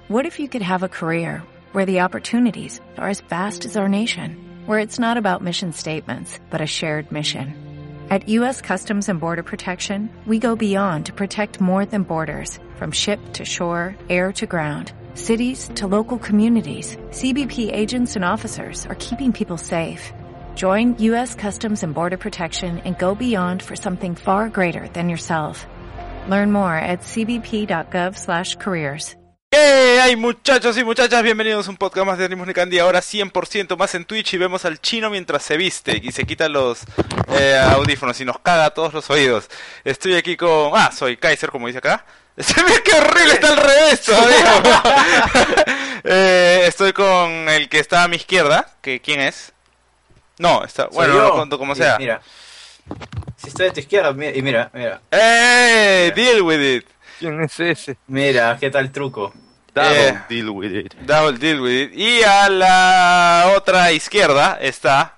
What if you could have a career where the opportunities are as vast as our nation, where it's not about mission statements, but a shared mission? At U.S. Customs and Border Protection, we go beyond to protect more than borders, from ship to shore, air to ground, cities to local communities. CBP agents and officers are keeping people safe. Join U.S. Customs and Border Protection and go beyond for something far greater than yourself. Learn more at cbp.gov/careers. ¿Qué hay, muchachos y muchachas? Bienvenidos a un podcast más de Ritmos de Candy, ahora 100% más en Twitch, y vemos al chino mientras se viste y se quita los audífonos y nos caga a todos los oídos. Estoy aquí con... soy Kaiser, como dice acá. Se ve que horrible, está al revés todavía. Estoy con el que está a mi izquierda, que ¿quién es? No, está... Bueno, no lo cuento como sea. Mira, si estoy a tu izquierda, mira. Deal with it. ¿Quién es ese? Mira, ¿qué tal truco? Double deal with it. Double deal with it. Y a la otra izquierda está...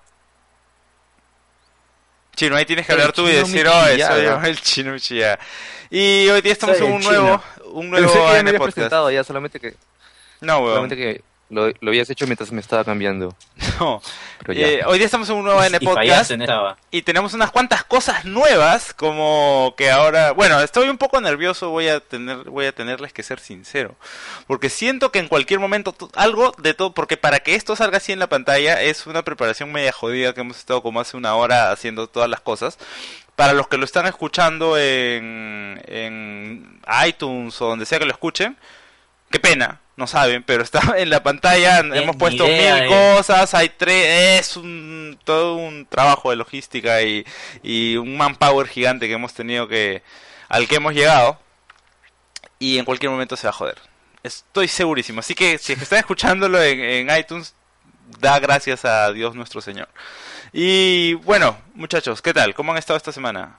Chino, ahí tienes que hablar tú y decir, soy yo, el Chino Michillada. Y hoy día estamos en un nuevo Pensé que ya me AN había Podcast. presentado ya, solamente que lo habías hecho mientras me estaba cambiando. No. Pero ya. Hoy día estamos en un nuevo AN Podcast y tenemos unas cuantas cosas nuevas, como que ahora... Bueno, estoy un poco nervioso, voy a tenerles que ser sincero, porque siento que en cualquier momento algo de todo, porque para que esto salga así en la pantalla es una preparación media jodida que hemos estado como hace una hora haciendo todas las cosas. Para los que lo están escuchando en iTunes o donde sea que lo escuchen, qué pena, no saben, pero está en la pantalla, hemos puesto 1000 cosas, hay todo un trabajo de logística y un manpower gigante que hemos tenido al que hemos llegado, y en cualquier momento se va a joder. Estoy segurísimo, así que si es que están escuchándolo en iTunes, da gracias a Dios nuestro Señor. Y bueno, muchachos, ¿qué tal? ¿Cómo han estado esta semana?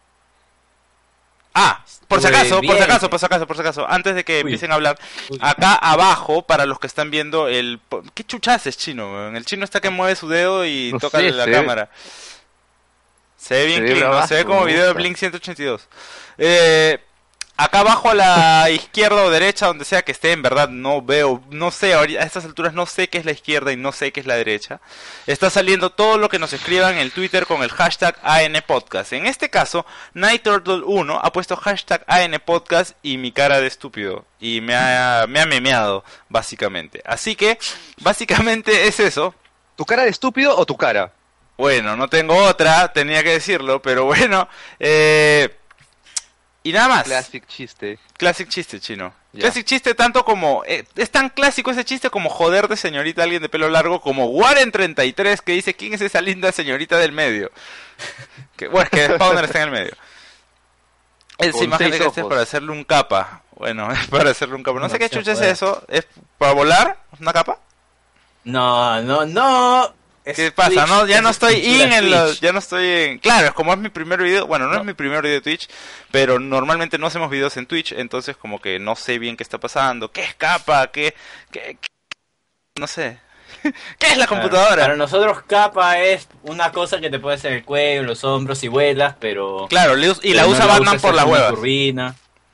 Por si acaso, antes de que empiecen a hablar, acá abajo, para los que están viendo ¿Qué chuchas es Chino? El Chino está que mueve su dedo y toca la cámara. Se ve bien clean, ¿no? Se ve como video de Blink 182. Acá abajo a la izquierda o derecha, donde sea que esté, en verdad no sé, a estas alturas no sé qué es la izquierda y no sé qué es la derecha. Está saliendo todo lo que nos escriban en el Twitter con el hashtag ANPodcast. En este caso, NightTurtle1 ha puesto hashtag ANPodcast y mi cara de estúpido. Y me ha memeado, básicamente. Así que, básicamente es eso. ¿Tu cara de estúpido o tu cara? Bueno, no tengo otra, tenía que decirlo, pero bueno, y nada más. Classic chiste, Chino. Ya. Classic chiste tanto como... es tan clásico ese chiste como joder de señorita a alguien de pelo largo, como Warren33 que dice, ¿quién es esa linda señorita del medio? Bueno, es que Spawner está en el medio. Esa imagen de que es para hacerle un capa. Bueno, es para hacerle un capa. No sé qué chucha es eso. ¿Es para volar? ¿Una capa? No. ¿Qué pasa? Ya no estoy en... Claro, como es mi primer video, bueno, no es mi primer video de Twitch, pero normalmente no hacemos videos en Twitch, entonces como que no sé bien qué está pasando, qué escapa, qué no sé. ¿Qué es la computadora? Para nosotros capa es una cosa que te puede hacer el cuello, los hombros y vuelas, pero... Claro, y la usa Batman por las huevas. Turbina.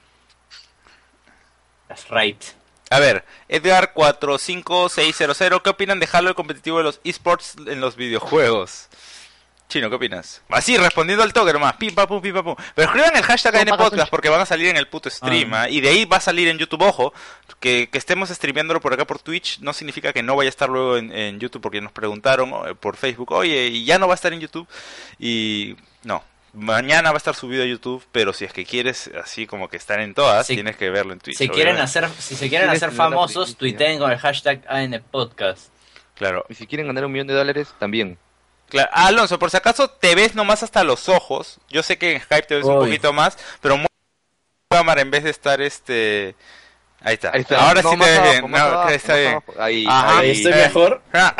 That's right. A ver, Edgar45600, ¿qué opinan de Halo el competitivo de los esports en los videojuegos? Chino, ¿qué opinas? Así, respondiendo al toque nomás, pim pam pum, pim pam pum. Pero escriban el hashtag ANPodcast porque van a salir en el puto stream, y de ahí va a salir en YouTube. Ojo, que estemos streameándolo por acá por Twitch no significa que no vaya a estar luego en YouTube, porque nos preguntaron por Facebook, oye, y ya no va a estar en YouTube, y no. Mañana va a estar subido a YouTube, pero si es que quieres así como que estar en todas, tienes que verlo en Twitch. Si se quieren hacer famosos, tuiteen con el hashtag ANPodcast. Claro. Y si quieren ganar $1 millón, también. Claro. Alonso, por si acaso te ves nomás hasta los ojos. Yo sé que en Skype te ves un poquito más, pero mueve la cámara en vez de estar Ahí está. Ahora sí te ves bien. Está bien. Ahí estoy mejor.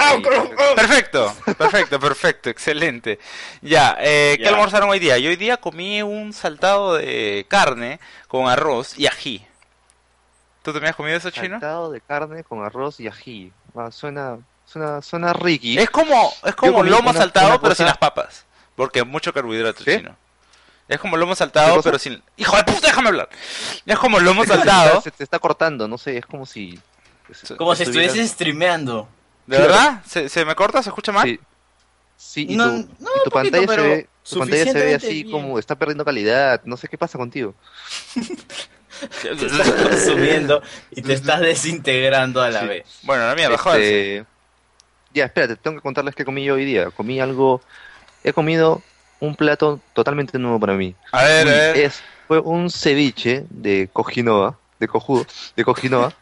Perfecto, excelente. Ya, ¿qué almorzaron hoy día? Yo hoy día comí un saltado de carne con arroz y ají. ¿Tú también has comido eso, Chino? Saltado de carne con arroz y ají. Suena ricky. Es como lomo saltado, pero sin las papas. Porque es mucho carbohidrato, ¿sí? Chino. Es como lomo saltado, pero sin... ¡Hijo de puta, déjame hablar! Es como lomo saltado. Se te está cortando, no sé, es como si... Como si estuvieses streameando. ¿De verdad? ¿Se me corta? ¿Se escucha mal? Sí. Sí, y No, tu pantalla poquito, pero tu pantalla se ve así bien. como está perdiendo calidad, no sé qué pasa contigo. Te estás consumiendo y te estás desintegrando a la vez. Bueno, la mierda, joder. Ya, espérate, tengo que contarles qué comí yo hoy día. He comido un plato totalmente nuevo para mí. A ver. Fue un ceviche de cojinoa, de cojinoa.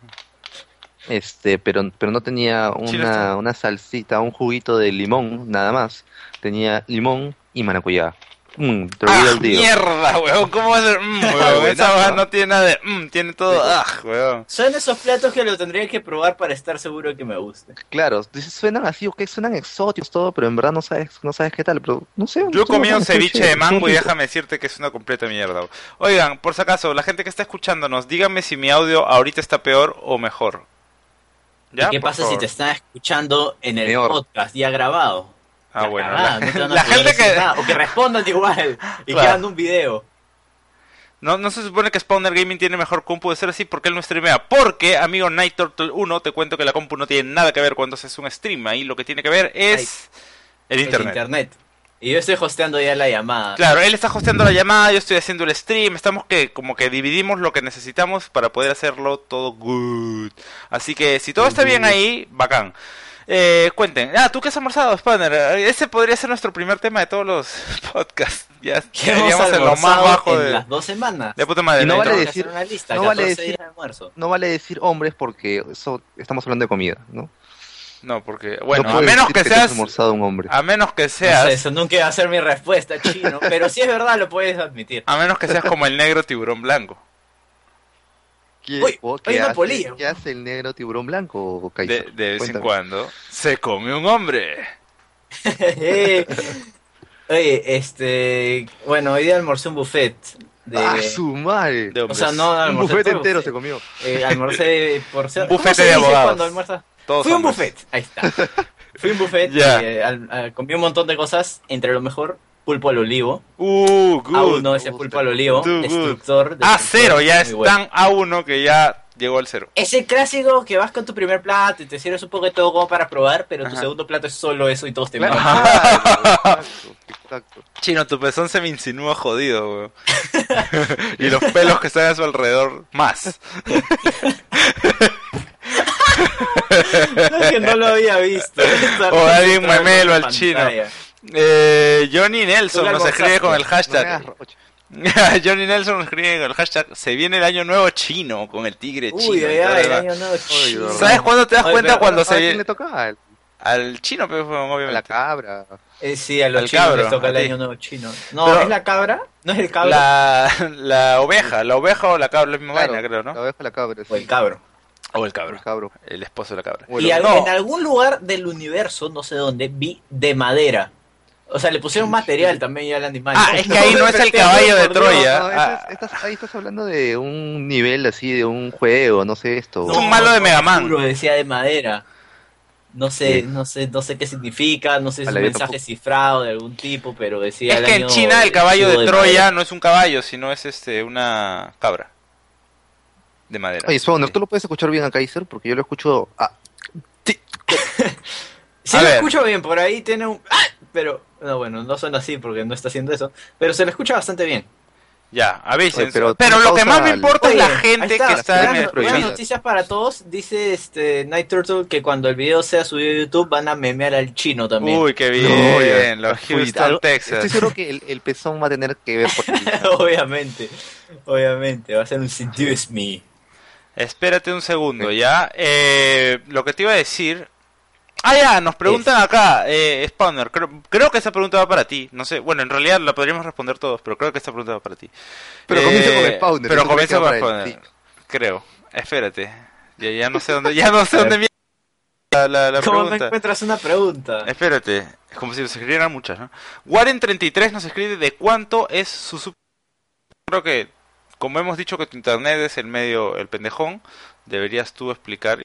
Pero no tenía una salsita, un juguito de limón, nada más. Tenía limón y maracuyá. Te lo digo al tío. ¡Mierda, weón! ¿Cómo va a ser? Weón, esa hoja no tiene nada de... tiene todo... weón! Son esos platos que lo tendría que probar para estar seguro de que me guste. Claro, suenan así, ok, suenan exóticos todo, pero en verdad no sabes qué tal, pero no sé. Yo comí un ceviche de mango y déjame decirte que es una completa mierda. Oigan, por si acaso, la gente que está escuchándonos, díganme si mi audio ahorita está peor o mejor. ¿Ya? ¿Y qué pasa si te están escuchando en el podcast ya grabado? Bueno. La gente que... O que respondan igual y quedando un video. No se supone que Spawner Gaming tiene mejor compu de ser así porque él no streamea. Porque, amigo Night Turtle 1, te cuento que la compu no tiene nada que ver cuando haces un stream. Ahí lo que tiene que ver es el internet. Y yo estoy hosteando ya la llamada. Claro, él está hosteando la llamada, yo estoy haciendo el stream. Estamos como que dividimos lo que necesitamos para poder hacerlo todo good. Así que si todo está bien ahí, bacán. Cuenten. ¿Tú qué has almorzado, Spawner? Ese podría ser nuestro primer tema de todos los podcasts. Ya estaríamos en lo más bajo de las 2 semanas. De puta madre. Y no vale decir una lista, no vale decir hombres porque eso estamos hablando de comida, ¿no? No, porque bueno, a menos que seas almorzado un hombre. A menos que seas. No sé, eso nunca iba a ser mi respuesta, chino, pero si es verdad lo puedes admitir. A menos que seas como el negro tiburón blanco. ¿Qué hace el negro tiburón blanco, Kaiser? De vez en cuando se come un hombre. Oye, bueno, hoy día almorcé un buffet. ¡Su madre! O sea, no almorcé. Un buffet entero se comió. Almorcé por ser... Un buffet de abogados. Cuando almuerzas? Fui un buffet, ahí está. Fui un buffet y comí un montón de cosas, entre lo mejor, pulpo al olivo. Good. A1 ese pulpo al olivo, destructor. A0, ya es tan A1 que ya llegó al 0. Es el clásico que vas con tu primer plato y te sirves un poco de todo como para probar, pero tu segundo plato es solo eso y todos te van. Exacto. Chino, tu pezón se me insinúa jodido, weón. Y los pelos que están a su alrededor, más. No, que no lo había visto. O alguien memelo al chino. Johnny Nelson nos escribe con el hashtag. Johnny Nelson nos escribe con el hashtag se viene el año nuevo chino con el tigre chino. El año nuevo chino. ¿Sabes cuándo te das cuenta cuando se viene? ¿A quién le toca? Al chino, pero obviamente. A la cabra. Sí, a los chinos les toca el año nuevo chino. No, pero, ¿es la cabra? ¿No es el cabro? La oveja o la cabra, la misma vaina, creo, ¿no? La oveja o la cabra. Sí. O el cabro. O el cabro. El esposo de la cabra. Bueno, y en algún lugar del universo, no sé dónde, vi de madera. O sea, le pusieron material también ya al animal. Es que ahí no es el caballo de Troya. Ahí estás hablando de un nivel así, de un juego, no sé esto. Es un malo de Mega Man. Decía de madera. No sé qué significa, no sé si es un mensaje cifrado de algún tipo, pero decía... Es que en China el caballo de Troya no es un caballo, sino es una cabra de madera. Oye, Spawner, ¿tú lo puedes escuchar bien a Kaiser? Porque yo lo escucho... Sí, lo escucho bien, por ahí tiene un... Pero, no, bueno, no suena así porque no está haciendo eso, pero se lo escucha bastante bien. Ya, avísense. Pero lo que más me importa es la gente que está en el buenas noticias para todos. Dice Night Turtle que cuando el video sea subido a YouTube van a memear al chino también. Uy, qué bien. Los Houston, Texas. Estoy seguro que el pezón va a tener que ver por Obviamente. Va a ser un sentido es me. Espérate un segundo, ¿ya? Lo que te iba a decir... nos preguntan acá, Spawner, creo que esa pregunta va para ti, no sé, bueno, en realidad la podríamos responder todos, pero creo que esta pregunta va para ti. Pero comienza con Spawner. Pero comienza con Spawner, sí. Creo, espérate, ya no sé dónde, la ¿Cómo pregunta. ¿Cómo me encuentras una pregunta? Espérate, es como si nos escribieran muchas, ¿no? Warren33 nos escribe de cuánto es su... Creo que, como hemos dicho que tu internet es el pendejón, deberías tú explicar...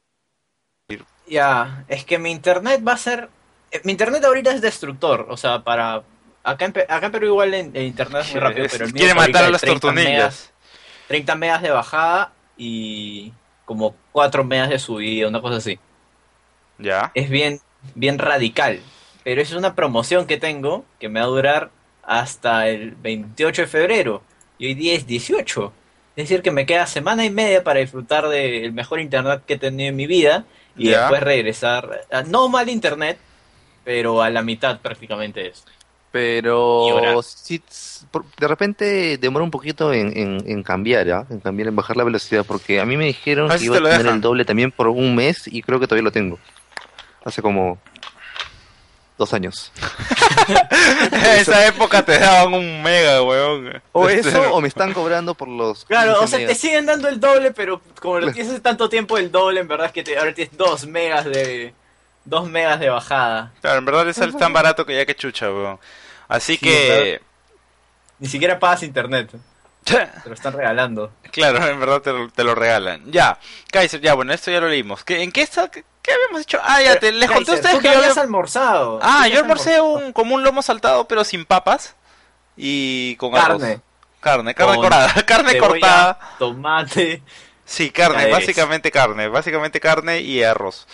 Ya, es que mi internet va a ser... Mi internet ahorita es destructor, o sea, para Acá en Perú igual en internet es muy rápido, pero el mío quiere matar a las 30 tortonillas. 30 megas de bajada y como 4 megas de subida, una cosa así. Ya. Es bien radical, pero es una promoción que tengo que me va a durar hasta el 28 de febrero y hoy día es 18. Es decir, que me queda semana y media para disfrutar del mejor internet que he tenido en mi vida y Ya. después regresar, no mal internet, pero a la mitad prácticamente es. Pero si de repente demora un poquito en cambiar, ¿ah? En cambiar, en bajar la velocidad, porque a mí me dijeron que si iba te a lo tener dejan. el doble también por un mes y creo que todavía lo tengo. Hace como 2 años. Esa época te daban 1 mega, weón. O eso, o me están cobrando por los Claro, 15 o sea, te megas. siguen dando el doble, pero como lo tienes hace tanto tiempo el doble, en verdad es que ahora tienes 2 megas de bajada. Claro, en verdad es tan barato que ya que chucha, weón. Así Sí, que... Ni siquiera pagas internet, te lo están regalando. Claro, en verdad te lo regalan. Ya, Kaiser, ya, bueno, esto ya lo leímos. ¿En qué está? ¿Qué habíamos dicho? Ah, ya, les conté a Kaiser, ustedes ¿tú que qué yo habías almorzado? yo almorcé como un lomo saltado, pero sin papas y con Carne. arroz. Carne Con cortada, carne cebolla, cortada. tomate. Sí, carne, Ya básicamente carne y arroz.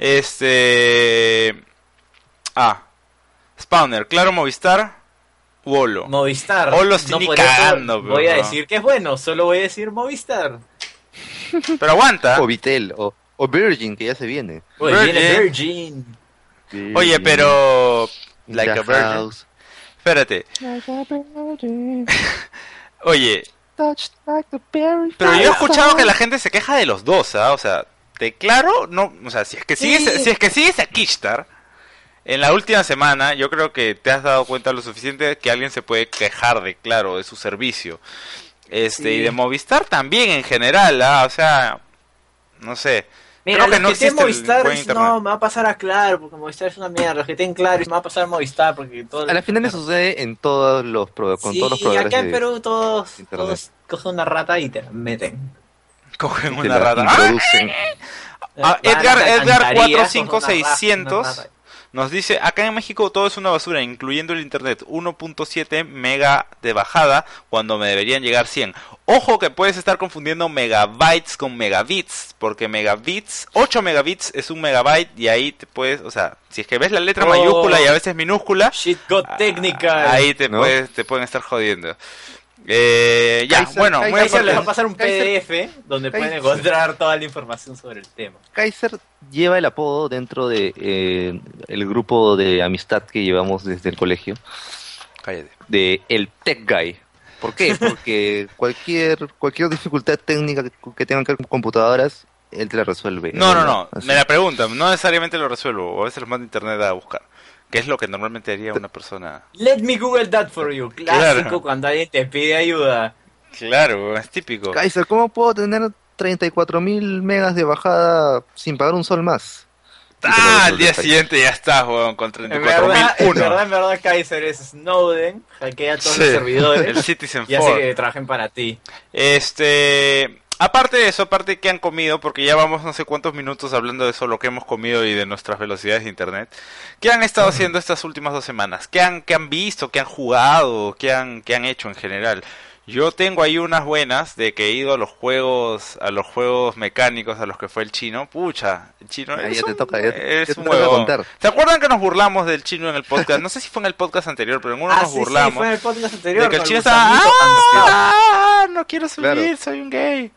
Spawner, Claro, Movistar, Wolo. Movistar. Olo sí ni por eso cagando, voy a bro. decir que es bueno, solo voy a decir Movistar. Pero aguanta. O Vitel, o Virgin, que ya se viene. Oye, viene Virgin. Virgin. Oye, pero... In Like the a virgin. house. Espérate. Oye, Touched like the berry pero yo he fire. escuchado que la gente se queja de los dos, ¿ah? O sea, de Claro, no, o sea, si es que sigues a Kishtar, en la última semana yo creo que te has dado cuenta lo suficiente que alguien se puede quejar de Claro, de su servicio. Y de Movistar también en general, ¿ah? O sea, no sé. Mira, Creo que los no que tienen existe el Movistar, buen internet. no, me va a pasar a Claro, porque Movistar es una mierda. Los que tienen Claro, me va a pasar a Movistar, porque todo... A la final eso sucede en todos los con Sí, todos los proveedores acá en de Perú todos internet. cogen una rata y te la meten. Cogen que una la rata. introducen. Edgar Una 45600 rata. nos dice, acá en México todo es una basura, incluyendo el internet, 1.7 mega de bajada, cuando me deberían llegar 100. Ojo que puedes estar confundiendo megabytes con megabits, porque megabits, 8 megabits es 1 megabyte, y ahí te puedes, o sea, si es que ves la letra mayúscula y a veces minúscula, Shit got technical. ahí te ¿no? te pueden estar jodiendo. Ya, Kaiser, bueno, muy Kaiser les va a aparte. pasar un Kaiser- PDF donde pueden Kaiser- encontrar toda la información sobre el tema. Kaiser lleva el apodo dentro de el grupo de amistad que llevamos desde el colegio Cállate. de el Tech Guy. ¿Por qué? Porque cualquier dificultad técnica que tengan que ver con computadoras, él te la resuelve. No, Así. me la preguntan, no necesariamente lo resuelvo, o a veces lo mando a internet a buscar, que es lo que normalmente haría una persona. Let me Google that for you. Clásico Claro. cuando alguien te pide ayuda. Claro, es típico. Kaiser, ¿cómo puedo tener 34.000 megas de bajada sin pagar un sol más? Y te lo Al resuelve día Kaiser. siguiente ya estás, weón, con En verdad, 34.001. Kaiser es Snowden, hackea todos Sí, los servidores el Citizen y hace 4. que trabajen para ti. Aparte de eso, aparte que han comido, porque ya vamos no sé cuántos minutos hablando de eso, lo que hemos comido y de nuestras velocidades de internet. ¿Qué han estado haciendo estas últimas 2 semanas? ¿Qué han visto? ¿Qué han jugado? ¿Qué han hecho en general? Yo tengo ahí unas buenas de que he ido a los juegos mecánicos a los que fue el chino. Pucha, el chino Ah, es ya te un, toca, ya es te un toca huevón. contar. ¿Se acuerdan que nos burlamos del chino en el podcast? No sé si fue en el podcast anterior, pero en uno nos Sí, burlamos. fue en el podcast anterior. De que el con chino el estaba, gusanito no quiero subir, Claro. soy un gay.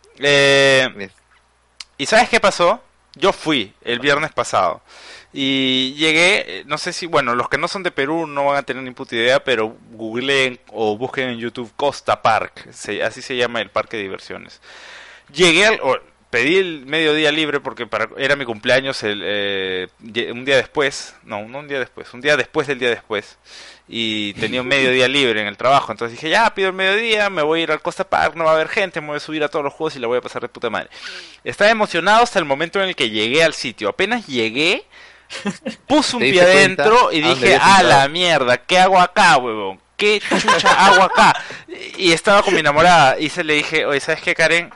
¿Y sabes qué pasó? Yo fui el viernes pasado y llegué, no sé si, bueno, los que no son de Perú no van a tener ni puta idea, pero googleen o busquen en YouTube Costa Park, así se llama el parque de diversiones. Pedí el mediodía libre porque era mi cumpleaños un día después, un día después del día después, y tenía un mediodía libre en el trabajo, entonces dije, ya, pido el mediodía, me voy a ir al Costa Park, no va a haber gente, me voy a subir a todos los juegos y la voy a pasar de puta madre. Estaba emocionado hasta el momento en el que llegué al sitio, apenas llegué, puse un ¿Te pie diste cuenta adentro y a dónde dije, habías a entrado? la mierda, ¿qué hago acá, huevón? ¿Qué chucha hago acá? Y estaba con mi enamorada y le dije, oye, ¿sabes qué, Karen?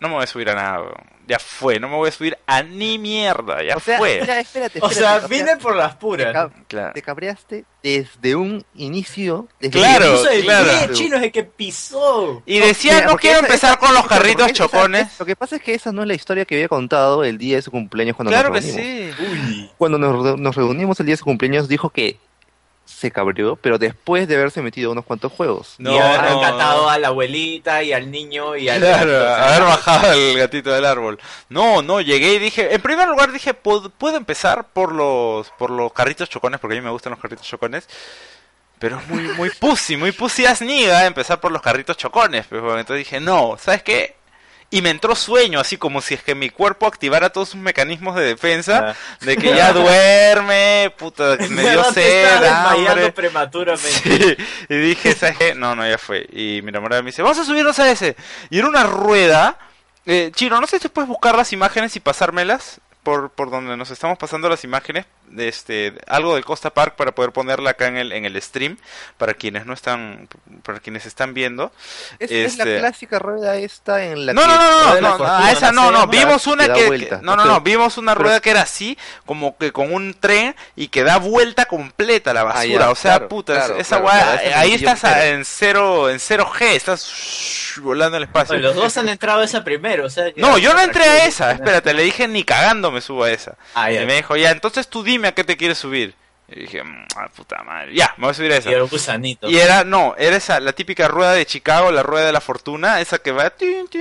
no me voy a subir a nada, weón. Ya fue, no me voy a subir a ni mierda, ya fue. Mira, espérate, O sea, vine por las puras. Claro. Te cabreaste desde un inicio. Claro, Incluso el claro. pie chino es el que pisó. Y decía, mira, no porque quiero esa- empezar esa- con los esa- carritos porque esa- chocones. Lo que pasa es que esa no es la historia que había contado el día de su cumpleaños cuando Claro que nos reunimos. sí. Uy. Cuando nos reunimos el día de su cumpleaños dijo que se cabreó, pero después de haberse metido a unos cuantos juegos. No, y haber no. rescatado a la abuelita y al niño y al... Claro, o sea, haber bajado el gatito del árbol. No, llegué y dije, en primer lugar dije, puedo empezar por los carritos chocones, porque a mí me gustan los carritos chocones. Pero es muy pussy as nigga empezar por los carritos chocones. Pues, bueno, entonces dije, no, ¿sabes qué? Y me entró sueño, así como si es que mi cuerpo activara todos sus mecanismos de defensa, de que ya duerme, puta, me dio sed, desmayando hambre. prematuramente. Sí, y dije, ¿sabes qué? No, ya fue. Y mi enamorada me dice, vamos a subirnos a ese. Y era una rueda. Chino, no sé si puedes buscar las imágenes y pasármelas por donde nos estamos pasando las imágenes. Algo del Costa Park para poder ponerla acá en el stream para quienes no están, para quienes están viendo. Es la clásica rueda esta en la No, que... a esa no, vimos una da que vuelta. vimos una rueda que era así, como que con un tren y que da vuelta completa a la basura, ya, o sea, claro, puta, claro, esa claro, guay, claro, esa es ahí la que yo estás quiero. en 0G, estás volando el espacio. Bueno, los dos han entrado a esa primero, o sea... que- No, yo no entré a esa, espérate, le dije ni cagando me subo a esa. Ah, ya. Y me dijo, ya, entonces tú dime a qué te quieres subir. Y dije, puta madre, ya, me voy a subir a esa. Y era un gusanito. Y era esa, la típica rueda de Chicago, la rueda de la fortuna, esa que va...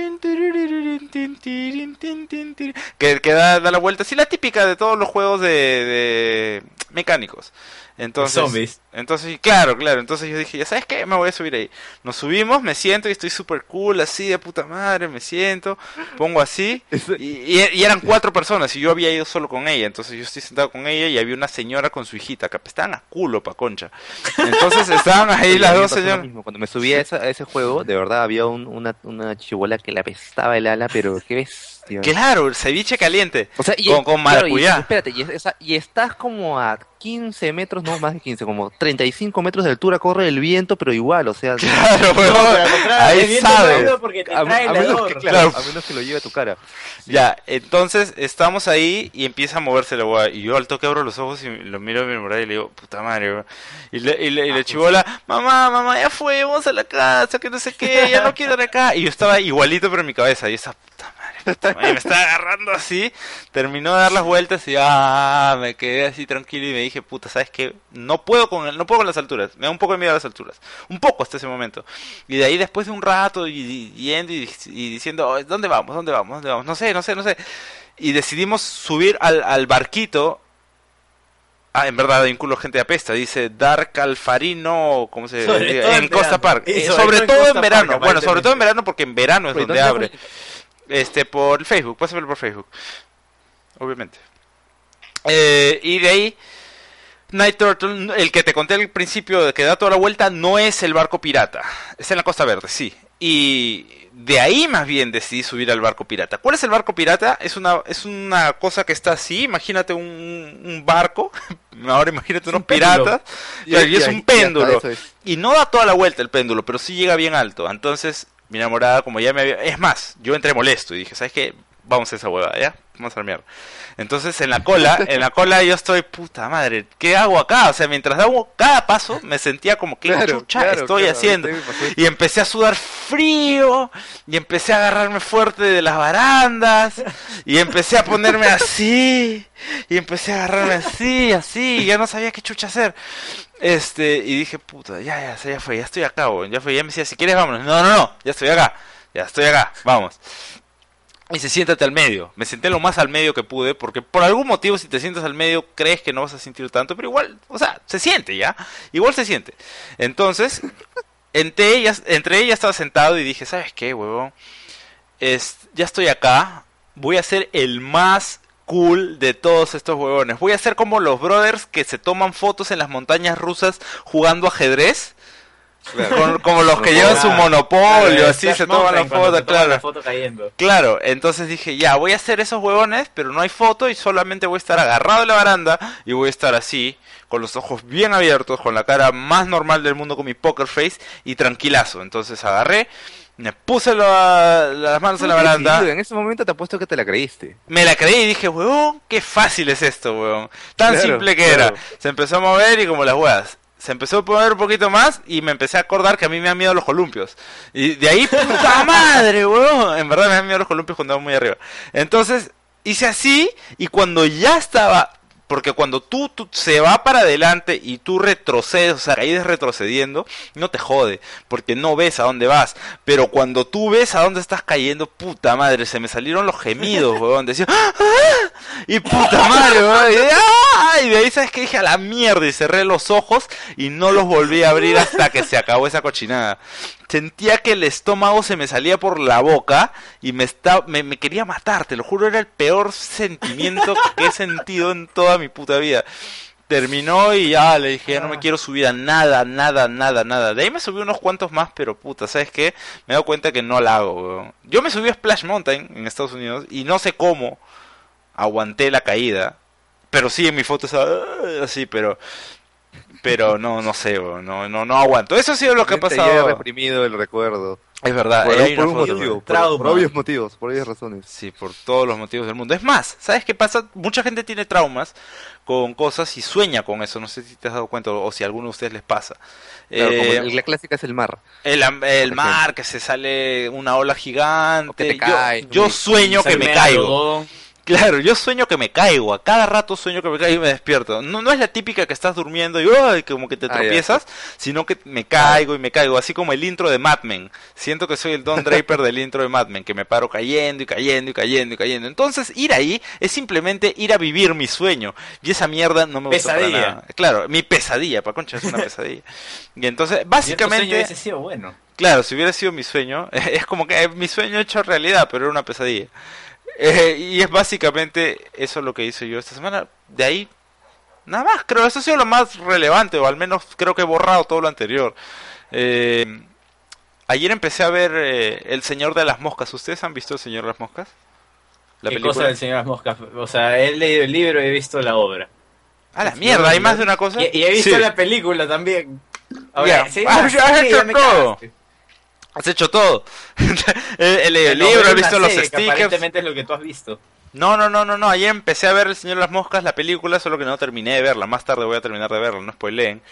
Que da la vuelta, sí, la típica de todos los juegos de mecánicos. Entonces, Zombies. entonces, claro, entonces yo dije, ya sabes qué, me voy a subir ahí. Nos subimos, me siento y estoy súper cool, así de puta madre, me siento, pongo así, y eran 4 personas y yo había ido solo con ella, entonces yo estoy sentado con ella y había una señora con su hijita, que estaban a culo pa' concha. Entonces estaban ahí Oye, las a mí me dos pasó lo señoras. mismo. Cuando me subí a ese juego, de verdad había una chibola que le apestaba el ala, pero qué bestia. Claro, el ceviche caliente, O sea, con claro, maracuyá. espérate, y estás como a 15 metros, no más de 15, como 35 metros de altura, corre el viento, pero igual, o sea, Claro, No, huevón, pero al contrario, ahí es bien sabes. seguro porque te trae el menos hedor. que, claro, Claro. a menos que lo lleve a tu cara. Ya, entonces estamos ahí y empieza a moverse la weá. Y yo al toque abro los ojos y lo miro a mi enamorada y le digo, puta madre, weón. Y la chibola, mamá, ya fue, vamos a la casa, que no sé qué, ya no quiero ir acá. Y yo estaba igualito pero en mi cabeza. Y esa puta madre, me estaba agarrando así. Terminó de dar las vueltas y me quedé así tranquilo y me dije, puta, ¿sabes qué? No puedo con las alturas. Me da un poco de miedo a las alturas. Un poco hasta ese momento. Y de ahí después de un rato yendo y diciendo, "Oh, ¿dónde vamos? No sé. Y decidimos subir al barquito. En verdad hay un culo de gente de apesta. Dice Dark Alfarino, ¿cómo se Sobre dice? todo En en Costa verano. Park. Y Sobre todo Costa en verano. Park, Bueno, sobre todo en aparentemente. verano porque en verano es Oye, donde ¿dónde abre. Por Facebook, pásamelo por Facebook. Obviamente. Y de ahí, Night Turtle, el que te conté al principio de que da toda la vuelta, no es el barco pirata. Es en la Costa Verde, sí. Y de ahí más bien decidí subir al barco pirata. ¿Cuál es el barco pirata? Es una cosa que está así, imagínate un barco, ahora imagínate unos piratas, y es un péndulo. Eso es. Y no da toda la vuelta el péndulo, pero sí llega bien alto. Entonces, mi enamorada, como ya me había... Es más, yo entré molesto y dije, ¿sabes qué? Vamos a esa huevada, ¿ya? Vamos a la mierda. Entonces, en la cola yo estoy, puta madre, ¿qué hago acá? O sea, mientras daba cada paso, me sentía como, ¿qué chucha estoy haciendo? Y empecé a sudar frío, y empecé a agarrarme fuerte de las barandas, y empecé a ponerme así, y empecé a agarrarme así, y ya no sabía qué chucha hacer. Y dije, puta, ya fue, ya estoy acá, weón, ya fue, ya me decía, si quieres vámonos. No, ya estoy acá, vamos. Y se siéntate al medio. Me senté lo más al medio que pude, porque por algún motivo si te sientas al medio crees que no vas a sentir tanto, pero igual, o sea, se siente ya. Igual se siente. Entonces, entre ellas estaba sentado y dije, ¿sabes qué, huevón? Ya estoy acá, voy a ser el más cool de todos estos huevones. Voy a ser como los brothers que se toman fotos en las montañas rusas jugando ajedrez. Claro. Como los que llevan su monopolio, Claro, así Flash se toman la Mountain, cuando foto, te toman claro. la foto cayendo. Claro, entonces dije, ya, voy a hacer esos huevones, pero no hay foto y solamente voy a estar agarrado de la baranda y voy a estar así, con los ojos bien abiertos, con la cara más normal del mundo, con mi poker face y tranquilazo. Entonces agarré, Me puse las manos en la baranda. En ese momento te apuesto que te la creíste. Me la creí y dije, huevón, qué fácil es esto, huevón. Tan simple que era. Se empezó a mover y como las huevas. Se empezó a mover un poquito más y me empecé a acordar que a mí me dan miedo los columpios. Y de ahí, puta madre, huevón. En verdad me dan miedo los columpios cuando van muy arriba. Entonces, hice así y cuando ya estaba... Porque cuando tú se va para adelante y tú retrocedes, o sea, caes retrocediendo, no te jode, porque no ves a dónde vas. Pero cuando tú ves a dónde estás cayendo, puta madre, se me salieron los gemidos, weón. Decía, ¡ah! Y puta madre, weón. Y de ahí, ¿sabes qué? Dije, a la mierda, y cerré los ojos y no los volví a abrir hasta que se acabó esa cochinada. Sentía que el estómago se me salía por la boca y me quería matar, te lo juro, era el peor sentimiento que he sentido en toda mi puta vida. Terminó y ya le dije, ya no me quiero subir a nada. De ahí me subí unos cuantos más, pero puta, ¿sabes qué? Me he dado cuenta que no la hago, weón. Yo me subí a Splash Mountain en Estados Unidos y no sé cómo aguanté la caída. Pero sí, en mi foto es así, pero no sé, no aguanto. Eso ha sido lo que ha pasado. He reprimido el recuerdo. Es verdad, por un motivo, por obvios motivos, por obvias razones. Sí, por todos los motivos del mundo. Es más, ¿sabes qué pasa? Mucha gente tiene traumas con cosas y sueña con eso. No sé si te has dado cuenta o si a alguno de ustedes les pasa. Claro, como la clásica es el mar. El mar, que se sale una ola gigante. Que te cae, yo sueño que me caigo. Claro, yo sueño que me caigo, a cada rato sueño que me caigo y me despierto. No es la típica que estás durmiendo y ¡ay! Como que te tropiezas, sino que me caigo y me caigo, así como el intro de Mad Men. Siento que soy el Don Draper del intro de Mad Men, que me paro cayendo y cayendo y cayendo y cayendo. Entonces, ir ahí es simplemente ir a vivir mi sueño. Y esa mierda no me gusta para nada. Claro, mi pesadilla, pa' concha, es una pesadilla. Y entonces, básicamente... ¿Y tu sueño hubiese sido bueno? Claro, si hubiera sido mi sueño, es como que mi sueño hecho realidad, pero era una pesadilla. Y es básicamente eso lo que hice yo esta semana. De ahí, nada más, creo, eso ha sido lo más relevante, o al menos creo que he borrado todo lo anterior. Ayer empecé a ver El Señor de las Moscas. ¿Ustedes han visto El Señor de las Moscas? ¿Qué cosa del Señor de las Moscas? O sea, he leído el libro y he visto la obra. A la mierda, ¿hay más de una cosa? Y he visto la película también. Ahora, ¿sí? ¿Has hecho todo? Has hecho todo. He leído el libro, he visto los stickers. Aparentemente es lo que tú has visto. No. Ayer empecé a ver El Señor de las Moscas, la película, solo que no terminé de verla. Más tarde voy a terminar de verla, no spoileen.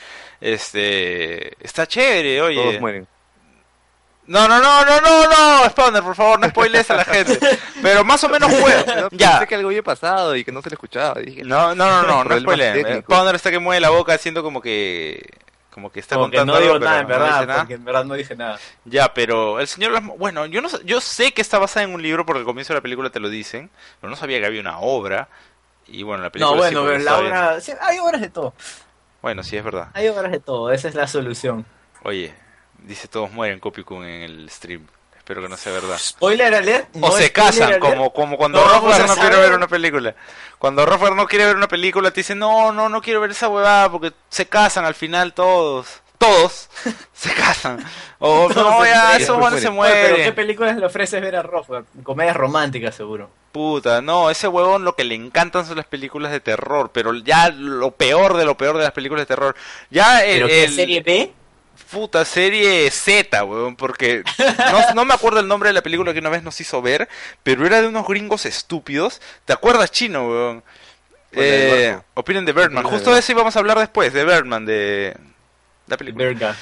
Está chévere, oye. Todos mueren. No, Spawner, por favor, no spoilees a la gente. Pero más o menos fue. Ya. Pensé que algo había pasado y que no se le escuchaba. Dije, no spoileen. Spawner está que mueve la boca haciendo como que está como contando que no digo algo, nada, en verdad, no dice nada. porque en verdad no dije nada. Ya, pero el señor bueno, yo sé que está basada en un libro porque al comienzo de la película te lo dicen, pero no sabía que había una obra. Y bueno, la película no, bueno, pero la obra, sí, hay obras de todo. Bueno, sí es verdad. Hay obras de todo, esa es la solución. Oye, dice todos mueren Copycon en el stream. Espero que no sea verdad. Spoiler alert. O se casan, como cuando Rafael no quiere ver una película. Cuando Rafael no quiere ver una película, te dice, no quiero ver esa huevada porque se casan al final todos se casan. O no, ya, esos buenos se mueren. Pero ¿qué películas le ofreces ver a Rafael? Comedias románticas, seguro. Puta, no, ese huevón lo que le encantan son las películas de terror, pero ya lo peor de las películas de terror. Ya ¿Pero qué serie B? Puta, serie Z, weón, porque no me acuerdo el nombre de la película que una vez nos hizo ver, pero era de unos gringos estúpidos. ¿Te acuerdas, chino, weón? Opinion de Birdman. Justo de eso íbamos a hablar después, de Birdman, de la película. Birdman.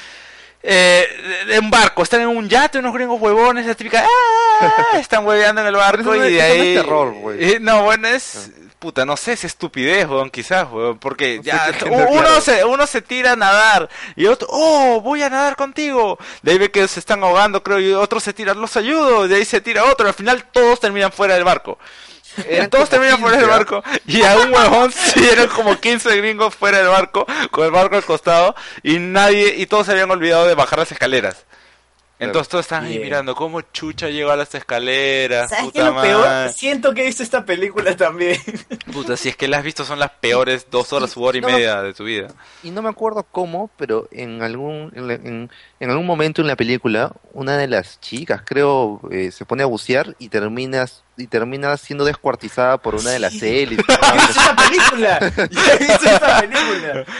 De un barco, están en un yate, unos gringos huevones, la típica, están hueveando en el barco y de ahí... No es terror, güey. No, bueno, es... Puta, no sé, es estupidez, weón, quizás, weón, porque no ya sé uno se tira a nadar y otro, voy a nadar contigo. De ahí ve que se están ahogando, creo, y otro se tira, los ayudo, de ahí se tira otro, al final todos terminan fuera del barco. Todos terminan fuera del barco y a un huevón sí eran como 15 gringos fuera del barco, con el barco al costado y todos se habían olvidado de bajar las escaleras. Entonces todos están ahí mirando cómo chucha llegó a las escaleras. ¿Sabes qué es lo peor? Siento que he visto esta película también. Puta, si es que la has visto son las peores 2 horas u hora y media de tu vida. Y no me acuerdo cómo, pero en algún momento en la película, una de las chicas, creo, se pone a bucear y termina siendo descuartizada por una de las hélices. ¡He visto esa película!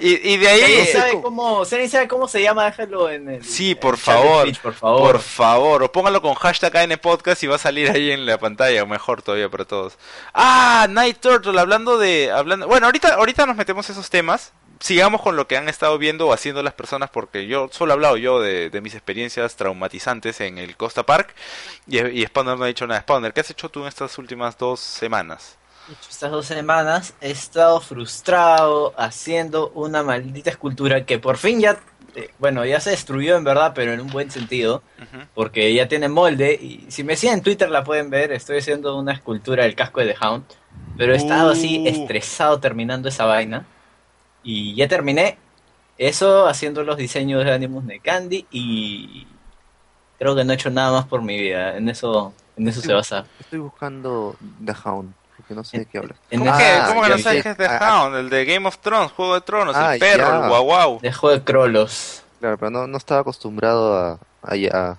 Y de ahí... Si alguien sabe cómo se llama, déjalo en el... Sí, por favor, Twitch, por favor. O póngalo con hashtag ANPodcast y va a salir ahí en la pantalla, o mejor todavía para todos. Night Turtle, hablando... Bueno, ahorita nos metemos esos temas. Sigamos con lo que han estado viendo o haciendo las personas, porque yo solo he hablado de mis experiencias traumatizantes en el Costa Park. Y Spawner no ha dicho nada. Spawner, ¿qué has hecho tú en estas últimas 2 semanas? Estas 2 semanas he estado frustrado haciendo una maldita escultura que por fin ya se destruyó en verdad, pero en un buen sentido, porque ya tiene molde. Y si me siguen en Twitter la pueden ver. Estoy haciendo una escultura del casco de The Hound, pero he estado así estresado terminando esa vaina. Y ya terminé eso, haciendo los diseños de Animus de Candy, y creo que no he hecho nada más por mi vida. En eso se basa. Estoy buscando The Hound, porque no sé de qué hablas. ¿Cómo que no sabes qué es The Hound? El de Game of Thrones, Juego de Tronos, el perro, el guau. De Juego de Krolos. Claro, pero no estaba acostumbrado a ya,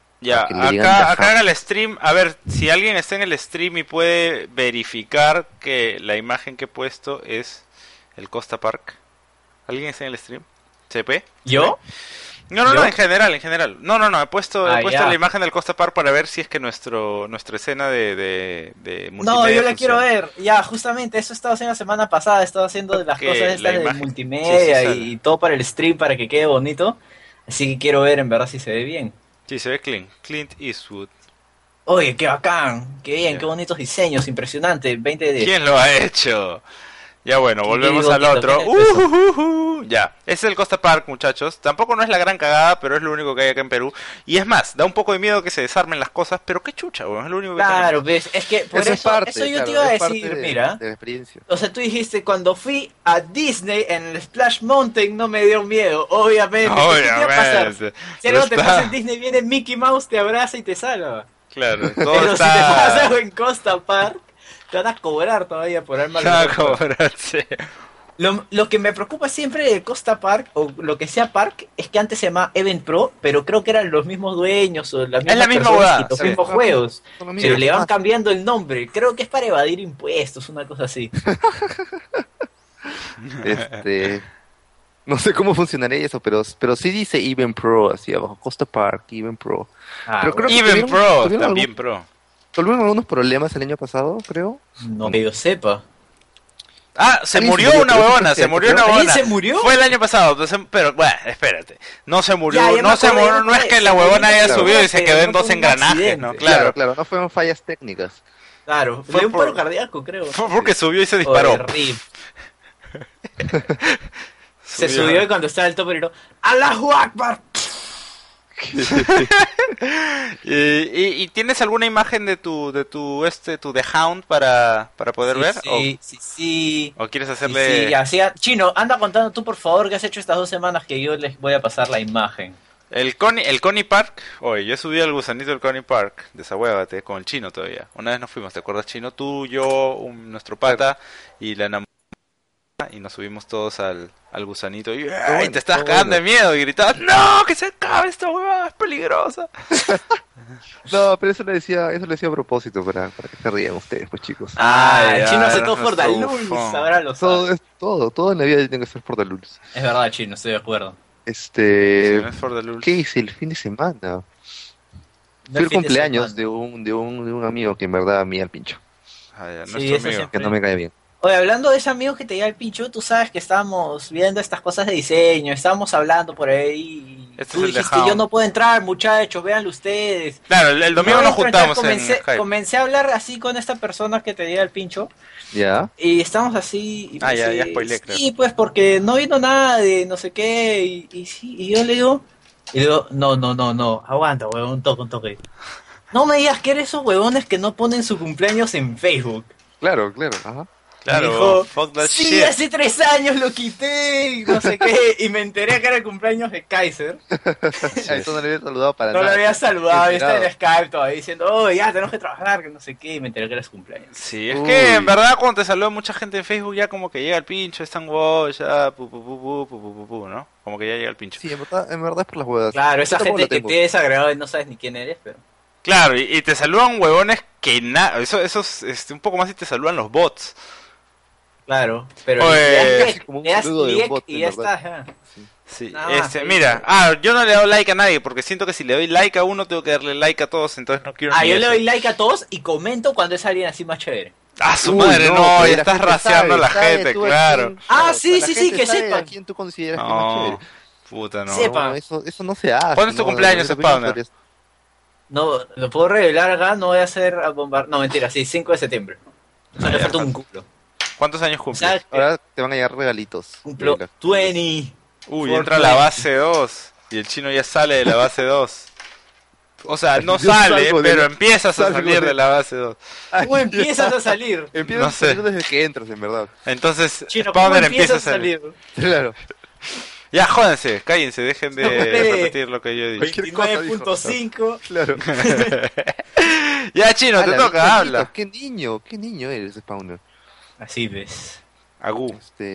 acá en el stream, a ver, si alguien está en el stream y puede verificar que la imagen que he puesto es el Costa Park. ¿Alguien está en el stream? ¿CP? ¿Yo? No, en general. No, he puesto la imagen del Costa Park para ver si es que nuestra escena de multimedia. No, yo la quiero ver. Ya, justamente, eso estaba haciendo la semana pasada. Estaba haciendo las cosas estas de multimedia y todo para el stream, para que quede bonito. Así que quiero ver en verdad si se ve bien. Sí, se ve clean. Clint Eastwood. Oye, qué bacán. Qué bien, qué bonitos diseños. Impresionante. 20 de... ¿Quién lo ha hecho? Ya bueno, volvemos al otro. Ya, ese es el Costa Park, muchachos. Tampoco no es la gran cagada, pero es lo único que hay acá en Perú. Y es más, da un poco de miedo que se desarmen las cosas, pero qué chucha, weón, es lo único que Claro, ves, es que por eso yo te iba a decir, mira. De la experiencia. O sea, tú dijiste, cuando fui a Disney en el Splash Mountain no me dio miedo, obviamente. ¿Qué te iba a pasar? Si algo te pasa en Disney, viene Mickey Mouse, te abraza y te salva. Claro, pero si te pasa algo en Costa Park, te van a cobrar todavía por armar. Te van a cobrar, sí. Lo que me preocupa siempre de Costa Park, o lo que sea Park, es que antes se llamaba Event Pro, pero creo que eran los mismos dueños o las mismas personas y los mismos juegos. Pero le van cambiando el nombre. Creo que es para evadir impuestos, una cosa así. No sé cómo funcionaría eso, pero sí dice Event Pro, así abajo, Costa Park, Event Pro. Pero creo que Event Pro, también Pro. ¿Tuvieron algunos problemas el año pasado, creo? No que yo sepa. Se murió una huevona, se murió una huevona. ¿Se murió? Fue el año pasado, pero bueno, espérate. No se murió, no es que la huevona haya subido y se quedó en 2 engranajes, ¿no? Claro, no fueron fallas técnicas. Claro, fue un paro cardíaco, creo. Fue porque subió y se disparó. Se subió y cuando estaba el topo gritó ¡Allahu Akbar! ¿Y tienes alguna imagen de tu The Hound para poder ver? Sí. ¿O quieres hacerle...? Sí, Chino, anda contando tú por favor qué has hecho estas 2 semanas que yo les voy a pasar la imagen. El Coney Park, oye, yo subí al gusanito del Coney Park, desahuévate, con el Chino todavía. Una vez nos fuimos, ¿te acuerdas, Chino? Tú, yo, nuestro pata y la enamorada, y nos subimos todos al gusanito y te estabas cagando de miedo y gritabas, ¡no! ¡Que se acabe esta huevada! ¡Es peligrosa! No, pero eso lo decía a propósito para que se rían ustedes, pues, chicos. El Chino hace todo for the lulz, ahora lo sabes. Todo en la vida tiene que ser por the lulz. Es verdad, Chino, estoy de acuerdo. ¿Qué hice el fin de semana? Fue el cumpleaños de un amigo que en verdad me da el pincho. Nuestro amigo. Siempre... Que no me cae bien. Oye, hablando de ese amigo que te da el pincho, tú sabes que estábamos viendo estas cosas de diseño, estábamos hablando por ahí y tú dijiste, yo no puedo entrar, muchachos, véanlo ustedes. Claro, el domingo nos juntamos comencé a hablar así con esta persona que te da el pincho. Ya. Y estamos así. Y ya spoilé, creo. Sí, pues porque no vino nada de no sé qué. Y yo le digo, no, aguanta, huevón, un toque. No me digas que eres esos huevones que no ponen su cumpleaños en Facebook. Claro, ajá. Claro, dijo, fuck that sí, shit. hace 3 años lo quité y no sé qué, y me enteré que era el cumpleaños de Kaiser. Eso no le había saludado para nada. No lo había saludado, y está en Skype todavía diciendo, ya tenemos que trabajar, que no sé qué, y me enteré que era su cumpleaños. Sí, es que en verdad cuando te saluda mucha gente en Facebook ya como que llega el pincho, es tan wow, ya, ¿no? Como que ya llega el pincho. Sí, en verdad es por las huevas. Claro, esa gente que te desagregado y no sabes ni quién eres, pero... Claro, y te saludan huevones que nada, eso es un poco más si te saludan los bots. Claro, pero Oye, le das click y ya está. Sí, mira, yo no le doy like a nadie porque siento que si le doy like a uno tengo que darle like a todos, entonces no quiero yo le doy like a todos y comento cuando es alguien así más chévere. Su madre, no, ya estás raciando a la gente, claro. Sí, que sepan. ¿A quién tú consideras que es más chévere? Puta, no. Sepa. Eso no se hace. ¿Cuándo es tu cumpleaños, Spawner? No, lo puedo revelar acá, no voy a hacer a bombar. No, mentira, sí, 5 de septiembre. Me falta un cumplo. ¿Cuántos años cumples? Ahora te van a llegar regalitos. Cumplo 20. Uy, entra la base 2 y el chino ya sale de la base 2. O sea, no sale, pero empiezas a salir de la base 2. ¿Cómo empiezas a salir? Empiezas a salir desde que entras, en verdad. Entonces, Chino, Spawner empieza a salir. Claro. Ya, jódense, cállense, dejen de repetir lo que yo he dicho. 29.5. Claro. Ya, chino, te toca, habla. ¿Qué niño eres, Spawner? Así ves. Agú.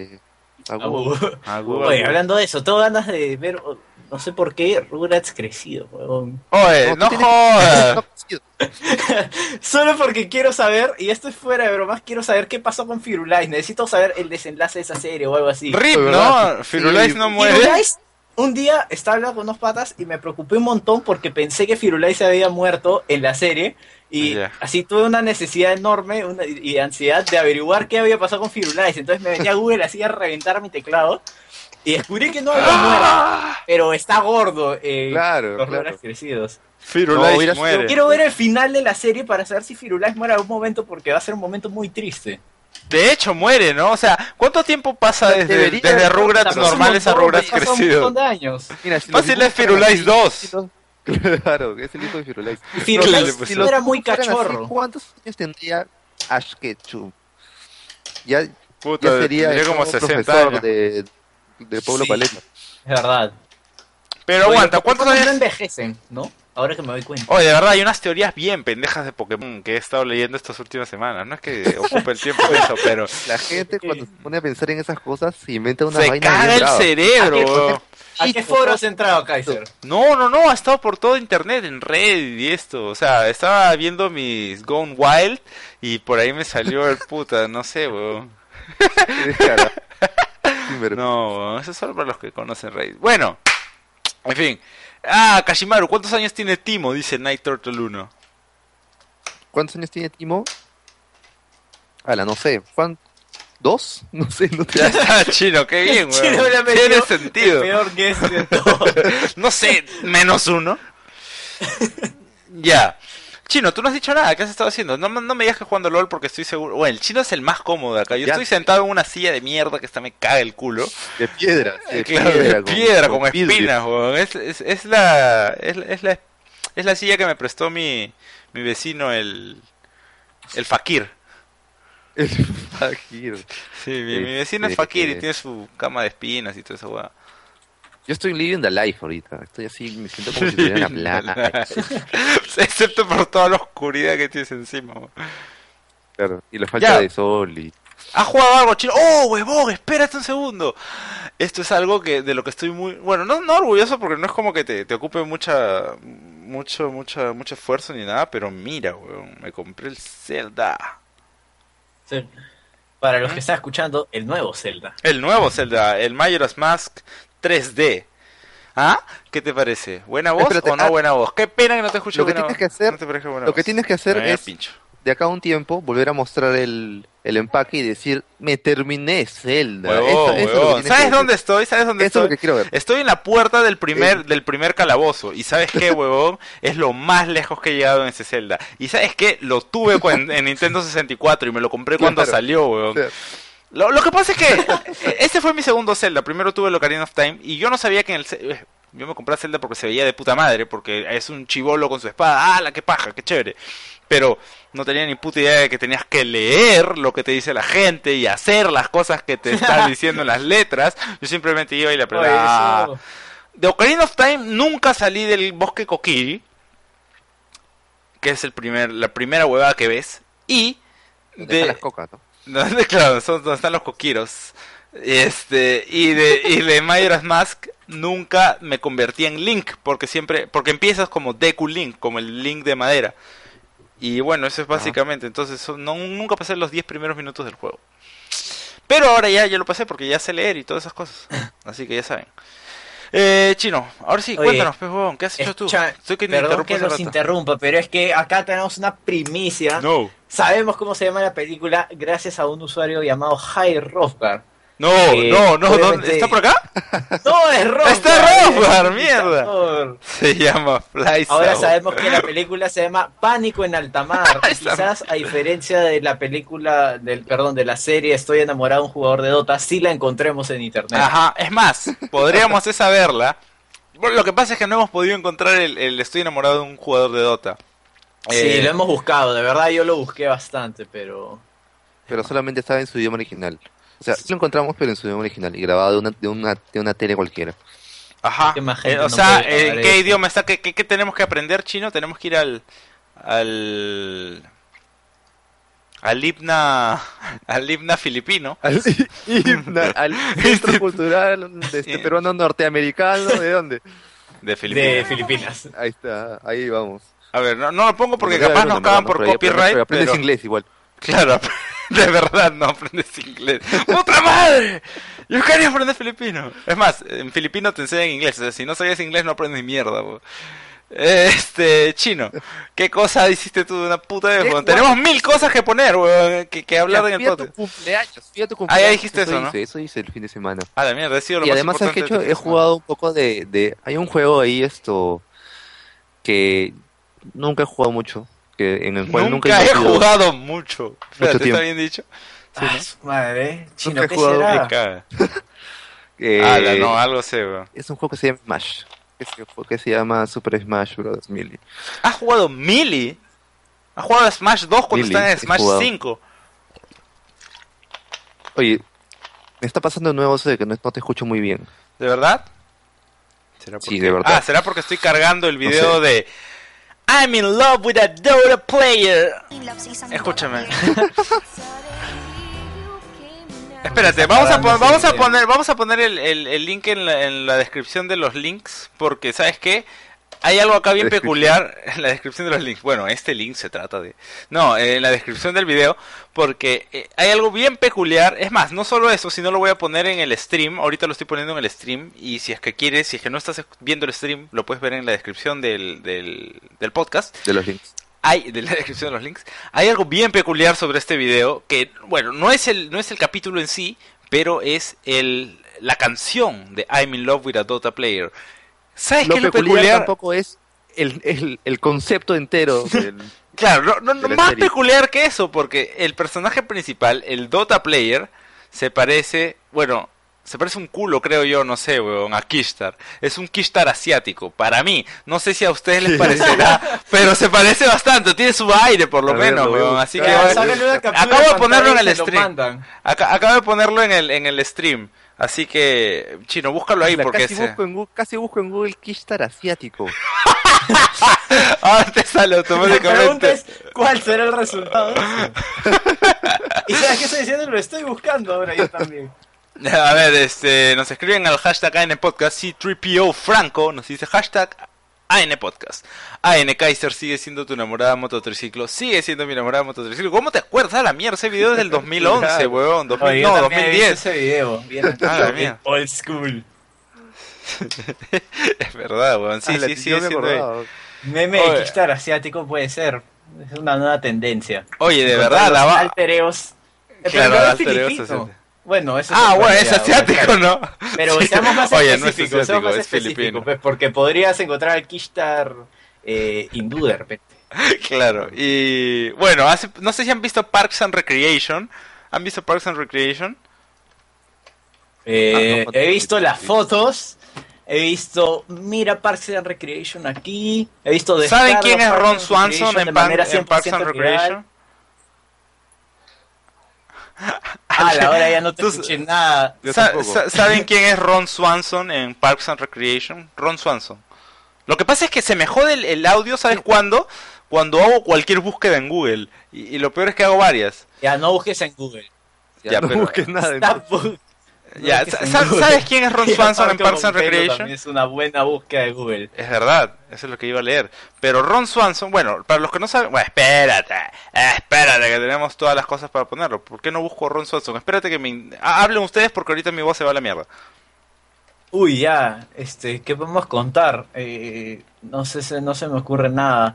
Oye, hablando de eso, tengo ganas de ver, no sé por qué, Rugrats crecido, weón. Oye, no jodas. Solo porque quiero saber, y esto es fuera de bromas, quiero saber qué pasó con Firulais. Necesito saber el desenlace de esa serie o algo así. RIP, ¿no? Firulais no muere. Firulais, un día estaba hablando con unos patas y me preocupé un montón porque pensé que Firulais se había muerto en la serie. Y así tuve una necesidad enorme y ansiedad de averiguar qué había pasado con Firulais. Entonces me venía a Google así a reventar mi teclado. Y descubrí que no había muerto, pero está gordo. Los Rugrats crecidos. Firulais muere. Quiero ver el final de la serie para saber si Firulais muere en algún momento porque va a ser un momento muy triste. De hecho muere, ¿no? O sea, ¿cuánto tiempo pasa desde Rugrats normales a Rugrats crecidos? Un montón de años. Mira, fácil es Firulais 2. Claro, es el hijo de Firulais. Firulais era muy cachorro. Así, ¿cuántos años tendría Ash Ketchum? Ya sería como 60 años. De Pueblo Paleta. Es verdad. Pero aguanta, ¿cuántos años no envejecen, no? Ahora que me doy cuenta. Oye, de verdad, hay unas teorías bien pendejas de Pokémon que he estado leyendo estas últimas semanas. No es que ocupe el tiempo de eso, pero... La gente cuando se pone a pensar en esas cosas se inventa una vaina. Se caga el cerebro. ¿A qué foro has entrado, Kaiser? No, ha estado por todo internet, en Reddit y esto. O sea, estaba viendo mis Gone Wild y por ahí me salió el puta, no sé, weón. No, eso es solo para los que conocen Reddit. Bueno, en fin. Kashimaru, ¿cuántos años tiene Timo? Dice Night Turtle 1. ¿Cuántos años tiene Timo? No sé. ¿2? No sé. Ya está, chino, qué bien, weón. Tiene sentido. El peor guess de todo. No sé, -1. Ya. Chino, tú no has dicho nada, ¿qué has estado haciendo? No me digas que jugando LOL porque estoy seguro... Bueno, el chino es el más cómodo acá. Yo estoy sentado en una silla de mierda que me caga el culo. De piedra. De piedra, con espinas, weón. Es la silla que me prestó mi vecino, el Fakir. El Fakir. Sí, mi vecino es Fakir y tiene su cama de espinas y todo eso, weón. Yo estoy living the life ahorita. Estoy así, me siento como si tuviera una playa. Excepto por toda la oscuridad que tienes encima, weón. Claro, y la falta de sol y... ¿Has jugado algo, chino? ¡Oh, huevón! Espérate un segundo. Esto es algo de lo que estoy muy... Bueno, no orgulloso porque no es como que te ocupe mucho esfuerzo ni nada, pero mira, weón, me compré el Zelda. Sí. Para los que están escuchando, el nuevo Zelda. El nuevo Zelda, el Majora's Mask 3D. ¿Qué te parece? ¿Buena voz o no buena voz? Qué pena que no te escuche lo que tienes que hacer, Lo que tienes que hacer es, de acá a un tiempo, volver a mostrar el empaque y decir, me terminé Zelda. ¿Sabes dónde estoy? Eso es lo que quiero ver. Estoy en la puerta del primer calabozo. ¿Y sabes qué, huevón? Es lo más lejos que he llegado en ese Zelda. ¿Y sabes qué? Lo tuve en Nintendo 64 y me lo compré cuando salió, huevón. Claro. Lo que pasa es que este fue mi segundo Zelda. Primero tuve el Ocarina of Time y yo no sabía que yo me compré Zelda porque se veía de puta madre, porque es un chibolo con su espada. ¡La qué paja, qué chévere! Pero no tenía ni puta idea de que tenías que leer lo que te dice la gente y hacer las cosas que te están diciendo en las letras. Yo simplemente iba y le aprendía. De Ocarina of Time nunca salí del bosque Kokiri, que es la primera huevada que ves. Y de las cocas, ¿no? Claro, donde están los coquiros. Y de Majora's Mask nunca me convertí en Link, porque empiezas como Deku Link, como el Link de madera. Y bueno, eso es básicamente. Entonces nunca pasé los 10 primeros minutos del juego. Pero ahora ya lo pasé porque ya sé leer y todas esas cosas. Así que ya saben. Chino, ahora sí, cuéntanos, pues, huevón, ¿qué has hecho tú? Perdón que los interrumpa, pero es que acá tenemos una primicia. No. Sabemos cómo se llama la película gracias a un usuario llamado Jai Rosgar. No, ¿está por acá? No, es Rosgar. ¡Está Rosgar, mierda! Se llama Fly. Ahora sabemos que la película se llama Pánico en Alta Mar. Quizás, a diferencia de la película, de la serie Estoy enamorado de un jugador de Dota, sí la encontremos en internet. Ajá, es más, podríamos esa verla. Bueno, lo que pasa es que no hemos podido encontrar el Estoy enamorado de un jugador de Dota. Sí, lo hemos buscado, de verdad yo lo busqué bastante, pero solamente estaba en su idioma original. O sea, sí lo encontramos, pero en su idioma original y grabado de una tele cualquiera. Ajá. ¿En qué idioma está? ¿Qué tenemos que aprender, Chino? Tenemos que ir al himna filipino. Al Centro Cultural Peruano Norteamericano. ¿De dónde? De Filipinas. De Filipinas. Ahí está, ahí vamos. A ver, no lo pongo porque capaz nos acaban por copyright. Pero aprendes inglés igual. Claro, de verdad no aprendes inglés. ¡Puta madre! Yo quería aprender filipino. Es más, en filipino te enseñan inglés. O sea, si no sabías inglés no aprendes mierda, bro. Chino, ¿qué cosa hiciste tú de una puta vez, weón? Tenemos 1000 cosas que poner, weón, que hablar en el podcast. Fíjate tu cumpleaños. Ah, ya dijiste eso, ¿no? Eso hice el fin de semana. Ah, la mierda, he sido lo y más además, ¿sabes qué he hecho? He jugado un poco hay un juego ahí, que nunca he jugado mucho. En el cual nunca he jugado mucho. Espérate, ¿está bien dicho? Sí, ¿no? Madre, Chino, ¿qué será? No, algo sé, weón. Es un juego que se llama Smash. Que se llama Super Smash Bros. Melee. ¿Has jugado Melee? ¿Has jugado Smash 2 cuando está en Smash 5? Oye, me está pasando de nuevo eso de que no te escucho muy bien. ¿De verdad? Sí, de verdad. ¿Será porque estoy cargando el video de I'm in love with a Dota player? Escúchame. Espérate, vamos a poner el link en la descripción de los links, porque ¿sabes qué? Hay algo acá bien peculiar en la descripción de los links. Bueno, este link se trata de... No, en la descripción del video, porque hay algo bien peculiar. Es más, no solo eso, sino lo voy a poner en el stream. Ahorita lo estoy poniendo en el stream, y si es que no estás viendo el stream, lo puedes ver en la descripción del podcast. De los links. De la descripción de los links. Hay algo bien peculiar sobre este video que, bueno, no es el capítulo en sí, pero es la canción de I'm in love with a Dota player. ¿Sabes qué es lo peculiar? Tampoco es el concepto entero del, claro, no más serie. Peculiar que eso, porque el personaje principal, el Dota player, se parece un culo, creo yo, no sé, weón, a Kishtar. Es un Kishtar asiático, para mí. No sé si a ustedes les parecerá, pero se parece bastante. Tiene su aire, por lo menos, weón. Así que acabo de ponerlo en el stream. Acabo de ponerlo en el stream. Así que, Chino, búscalo ahí, porque casi busco en Google Kishtar asiático. Ahora te sale automáticamente. La pregunta es, ¿cuál será el resultado? Y sabes qué estoy diciendo, lo estoy buscando ahora yo también. A ver, nos escriben al hashtag ANPodcast. C3PO Franco nos dice hashtag ANPodcast. AN Kaiser sigue siendo tu enamorada mototriciclo. Sigue siendo mi enamorada mototriciclo. ¿Cómo te acuerdas? A la mierda, ese video es del 2011, weón. 2010. Ese video. Bien, old school. Es verdad, weón. Sí, sigue siendo. Meme de Kishtar asiático puede ser. Es una nueva tendencia. Oye, de verdad, altereos. Claro, altereos. Bueno, eso es asiático, ¿no? Pero seamos más específicos, no es filipino. Pues, porque podrías encontrar al Kishtar hindú de repente. Claro, y bueno, no sé si han visto Parks and Recreation. ¿Han visto Parks and Recreation? He visto las fotos. He visto, mira Parks and Recreation aquí. He visto ¿Saben quién es Ron Swanson en Parks and Recreation? La hora ya no te escuché nada. ¿Saben quién es Ron Swanson en Parks and Recreation? Ron Swanson. Lo que pasa es que se me jode el audio, ¿sabes cuándo? Cuando hago cualquier búsqueda en Google. Y lo peor es que hago varias. Ya, no busques en Google. Ya no busques nada. Ya, ¿sabes quién es Ron Swanson en Parks and Recreation? También es una buena búsqueda de Google. Es verdad, eso es lo que iba a leer. Pero Ron Swanson, bueno, para los que no saben... Bueno, espérate, que tenemos todas las cosas para ponerlo. ¿Por qué no busco Ron Swanson? Espérate que hablen ustedes porque ahorita mi voz se va a la mierda. Uy, ya, ¿qué podemos contar? No sé, no se me ocurre nada.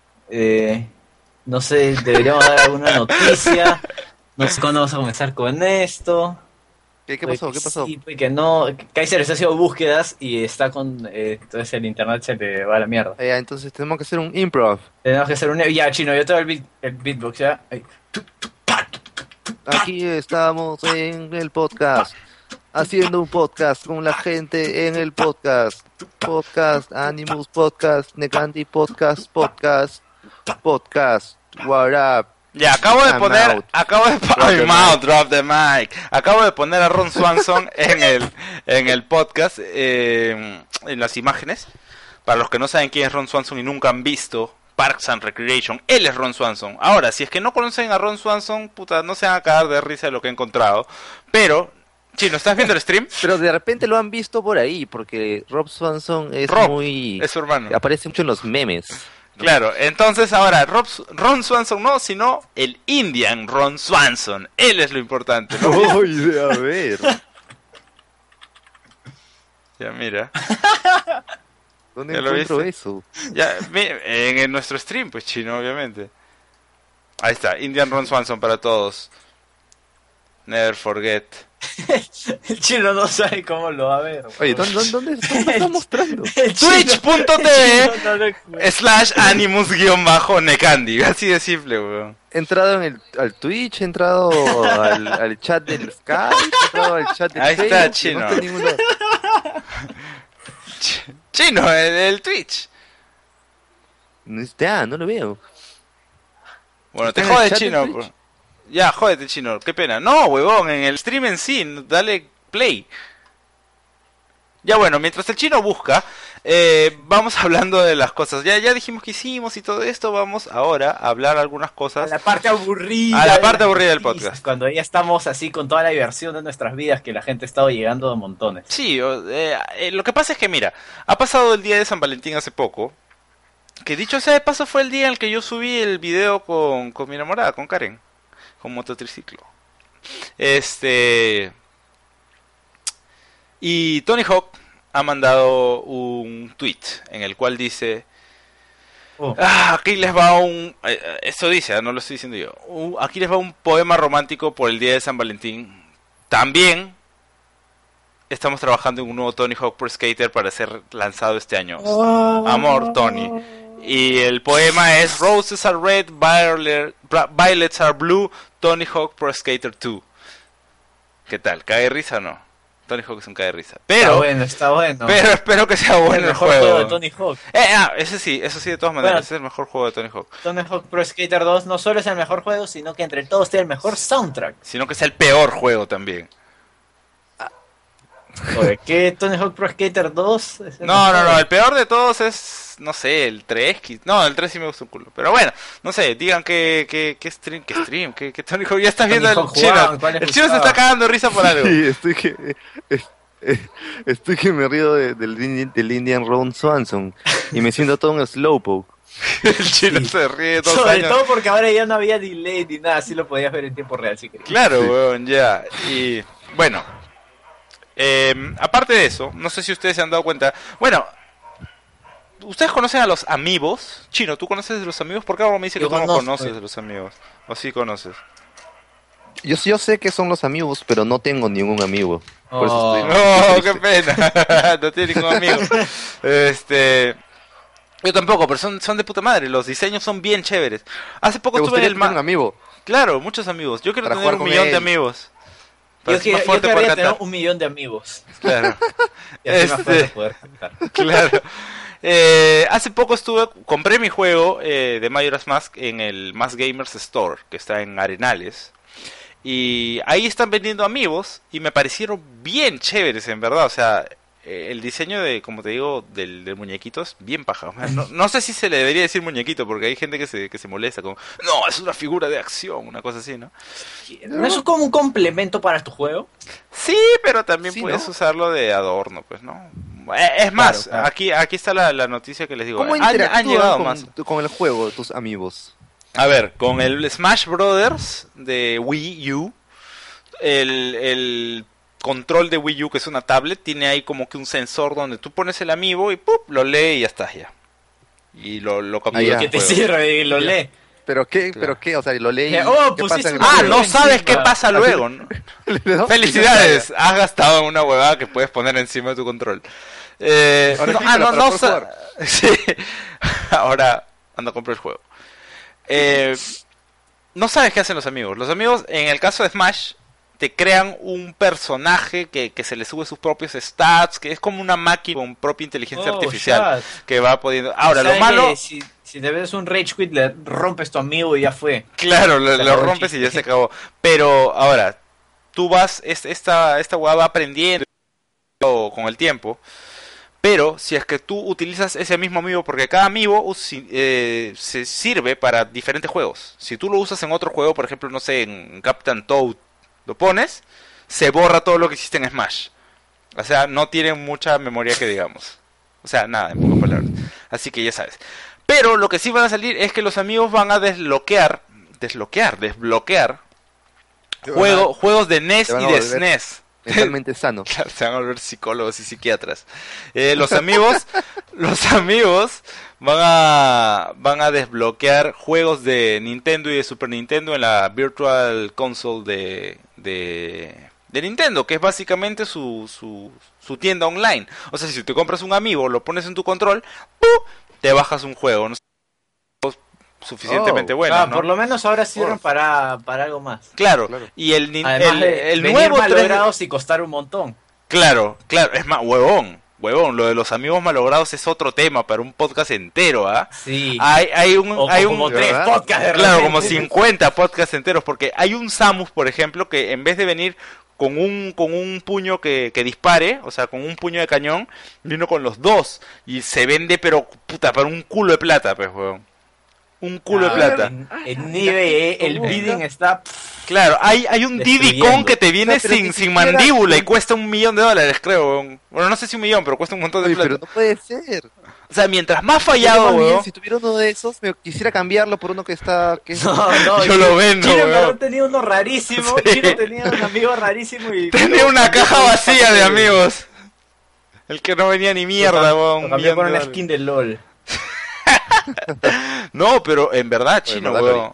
No sé, deberíamos dar alguna noticia. No sé cuándo vamos a comenzar con esto. ¿Qué pasó? ¿Qué pasó? Sí, que no, Kaiser está haciendo búsquedas y está con... entonces el internet se le va a la mierda. Entonces tenemos que hacer un improv. Tenemos que hacer un... Ya, Chino, yo tengo el beatbox, ¿ya? Ahí. Aquí estamos en el podcast. Haciendo un podcast con la gente en el podcast. Podcast, Animus Podcast, Neganti Podcast, What up? Ya, acabo de poner drop the mic. Acabo de poner a Ron Swanson en el podcast, en las imágenes. Para los que no saben quién es Ron Swanson y nunca han visto Parks and Recreation, él es Ron Swanson. Ahora, si es que no conocen a Ron Swanson, puta, no se van a cagar de risa de lo que he encontrado. Pero, Chino, ¿estás viendo el stream? Pero de repente lo han visto por ahí, porque Rob Swanson es su hermano. Aparece mucho en los memes. Claro, entonces ahora Ron Swanson no, sino el Indian Ron Swanson. Él es lo importante, ¿no? Oye, a ver. Ya, mira. ¿Dónde encuentro eso? Ya, en nuestro stream, pues, Chino, obviamente. Ahí está, Indian Ron Swanson para todos. Never forget. El Chino no sabe cómo lo va a ver. Oye, ¿dónde está mostrando? Twitch.tv/animus_necandi. Así de simple, weón. He entrado al Twitch, he entrado al chat del Skype, he entrado al chat del Ahí Facebook, está, Chino. No está en ningún lado. Chino, el Twitch. No está, no lo veo. Bueno, te jode, Chino. Ya, jódete, Chino, qué pena. No, huevón, en el stream en sí, dale play. Ya bueno, mientras el Chino busca, vamos hablando de las cosas. Ya dijimos que hicimos y todo esto, vamos ahora a hablar algunas cosas. A la parte aburrida. A la parte aburrida del podcast. Cuando ya estamos así con toda la diversión de nuestras vidas, que la gente ha estado llegando a montones. Sí, lo que pasa es que mira, ha pasado el día de San Valentín hace poco. Que dicho sea de paso fue el día en el que yo subí el video con mi enamorada, con Karen. Con mototriciclo. Y Tony Hawk ha mandado un tweet en el cual dice: aquí les va esto dice, no lo estoy diciendo yo. Aquí les va un poema romántico por el día de San Valentín. También estamos trabajando en un nuevo Tony Hawk Pro Skater para ser lanzado este año. Amor, Tony. Y el poema es: Roses are red, violets are blue, Tony Hawk Pro Skater 2. ¿Qué tal? ¿Cae de risa o no? Tony Hawk es un cae de risa. Pero, está bueno. Pero espero que sea bueno el juego de Tony Hawk. Eso sí, de todas maneras, ese es el mejor juego de Tony Hawk. Tony Hawk Pro Skater 2 no solo es el mejor juego, sino que entre todos tiene el mejor soundtrack. Sino que es el peor juego también. Oye, ¿qué Tony Hawk Pro Skater 2? No, el peor de todos es, no sé, el 3. No, el 3 sí me gusta un culo. Pero bueno, no sé, digan que stream, que Tony Hawk. Ya estás viendo el Chino. El Chino se está cagando de risa por algo. Sí, estoy que me río del Indian Ron Swanson y me siento todo un slowpoke. El Chino se ríe 2 Sobre años. todo porque ahora ya no había delay ni nada, así lo podías ver en tiempo real si querías. Claro, weón, ya. Y bueno, aparte de eso, no sé si ustedes se han dado cuenta. Bueno, ¿ustedes conocen a los amigos? Chino, ¿tú conoces de los amigos? ¿Por qué ahora me dice que tú no conoces de los amigos? ¿O sí conoces? Yo sé que son los amigos, pero no tengo ningún amigo. Por eso estoy no, qué pena. No tiene ningún amigo. Yo tampoco, pero son de puta madre. Los diseños son bien chéveres. Hace poco estuve en el un amigo? Claro, muchos amigos. Yo quiero tener 1 millón de amigos. Yo quería tener 1 millón de amigos. Claro. Y así más fuerte poder cantar. Claro. Hace poco compré mi juego de Majora's Mask en el Mask Gamers Store, que está en Arenales. Y ahí están vendiendo amigos y me parecieron bien chéveres, en verdad. O sea, el diseño de, como te digo, del muñequito es bien paja. No sé si se le debería decir muñequito, porque hay gente que se molesta con, no, es una figura de acción, una cosa así, ¿no? ¿No es como un complemento para tu juego? Sí, pero también puedes usarlo de adorno, pues, ¿no? Es más, claro. Aquí está la noticia que les digo. ¿Cómo han llegado con el juego tus amigos? A ver, con el Smash Brothers de Wii U, el control de Wii U, que es una tablet, tiene ahí como que un sensor donde tú pones el amiibo y ¡pup! Lo lee y ya está, ya. Y lo captura. Que te sirve y lo lee. ¿Pero qué? O sea, lo leí. No sabes qué pasa luego, ¿no? Felicidades, has gastado en una huevada que puedes poner encima de tu control. Sí. Ahora ando a comprar el juego. No sabes qué hacen los amigos. Los amigos, en el caso de Smash, te crean un personaje que se le sube sus propios stats, que es como una máquina con propia inteligencia artificial que va pudiendo. Ahora, lo malo... Si te ves un rage quit, le rompes tu amigo y ya fue. Claro, lo rompes y ya se acabó. Pero ahora, tú vas, esta hueá va aprendiendo con el tiempo. Pero si es que tú utilizas ese mismo amiibo, porque cada amiibo se sirve para diferentes juegos. Si tú lo usas en otro juego, por ejemplo, no sé, en Captain Toad, lo pones, se borra todo lo que hiciste en Smash. O sea, no tiene mucha memoria que digamos. O sea, nada, en pocas palabras. Así que ya sabes. Pero lo que sí van a salir es que los amigos van a desbloquear juegos de NES y de SNES. Mentalmente sano. Claro, se van a volver psicólogos y psiquiatras. Los amigos van a desbloquear juegos de Nintendo y de Super Nintendo en la Virtual Console de Nintendo, que es básicamente su tienda online. O sea, si te compras un amiibo, lo pones en tu control, ¡pum!, te bajas un juego, no sé, suficientemente bueno, ¿no? Por lo menos ahora sirven para algo más. Claro. Y el nuevo malogrados y costar un montón. Claro, es más, huevón, lo de los amigos malogrados es otro tema para un podcast entero, ¿ah? Sí. Hay como 3 podcasts de repente. Claro, como 50 podcasts enteros, porque hay un Samus, por ejemplo, que en vez de venir con un puño que dispare, o sea, con un puño de cañón, vino con los dos y se vende, pero puta, para un culo de plata, pues, huevón. Un culo de plata. En eBay el bidding está... Claro, hay un Diddy Kong que te viene sin mandíbula y cuesta $1.000.000, creo, weón. Bueno, no sé si $1 millón, pero cuesta un montón de plata. Pero no puede ser. O sea, mientras más fallado, weón. Si tuviera uno de esos, me quisiera cambiarlo por uno que está... No, yo lo vendo, Chino tenía uno rarísimo. Sí. Chino tenía un amigo rarísimo y... Tenía una caja vacía de amigos. El que no venía ni mierda, weón. Lo cambió por una skin de LOL. No, pero en verdad, Chino, weón.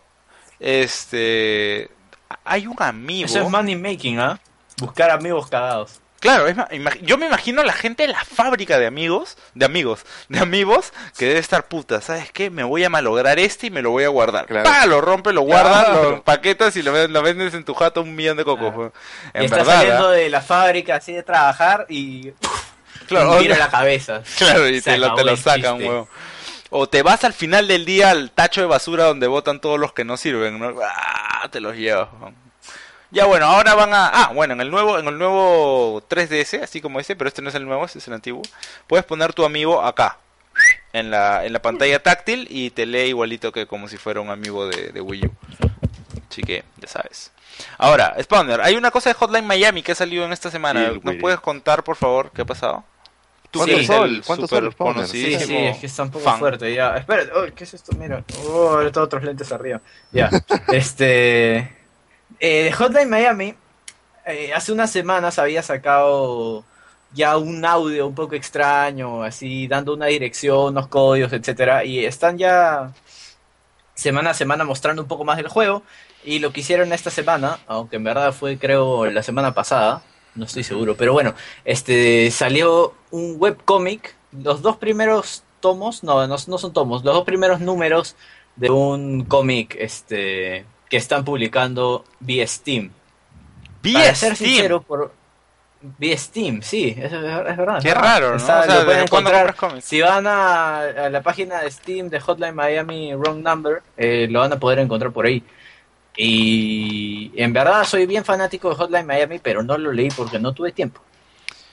Hay un amigo... Eso es money making, ¿ah? Buscar amigos cagados. Claro, yo me imagino a la gente de la fábrica de amigos, que debe estar puta, ¿sabes qué? Me voy a malograr y me lo voy a guardar. Claro. ¡Pah! Lo rompe, lo guardas, lo empaquetas y lo vendes en tu jato $1.000.000 de cocos. Claro. Y estás saliendo de la fábrica así de trabajar y... Claro, tiro la cabeza. Claro, y te lo sacan, weón. O te vas al final del día al tacho de basura donde botan todos los que no sirven, ¿no? ¡Ah! Te los llevas, weón. Ya bueno, ahora van a... en el nuevo 3DS, así como ese, pero este no es el nuevo, este es el antiguo. Puedes poner tu amiibo acá, en la pantalla táctil, y te lee igualito que como si fuera un amiibo de Wii U. Así que, ya sabes. Ahora, Spawner, hay una cosa de Hotline Miami que ha salido en esta semana. ¿Nos puedes contar, por favor, qué ha pasado? ¿Cuántos sol, Spawner? Sí, es que está un poco fuerte. Ya, espera, ¿qué es esto? Mira, ahorita otros lentes arriba. Ya, Hotline Miami hace unas semanas había sacado ya un audio un poco extraño, así dando una dirección, unos códigos, etcétera, y están ya semana a semana mostrando un poco más del juego. Y lo que hicieron esta semana, aunque en verdad fue creo la semana pasada, no estoy seguro, pero bueno, salió un webcómic, los 2 primeros tomos, no son tomos, los 2 primeros números de un cómic que están publicando vía Steam. Para ser sincero, vía Steam, sí, es verdad. Qué raro, ¿no? Lo pueden encontrar. Si van a la página de Steam de Hotline Miami Wrong Number, lo van a poder encontrar por ahí. Y en verdad soy bien fanático de Hotline Miami, pero no lo leí porque no tuve tiempo.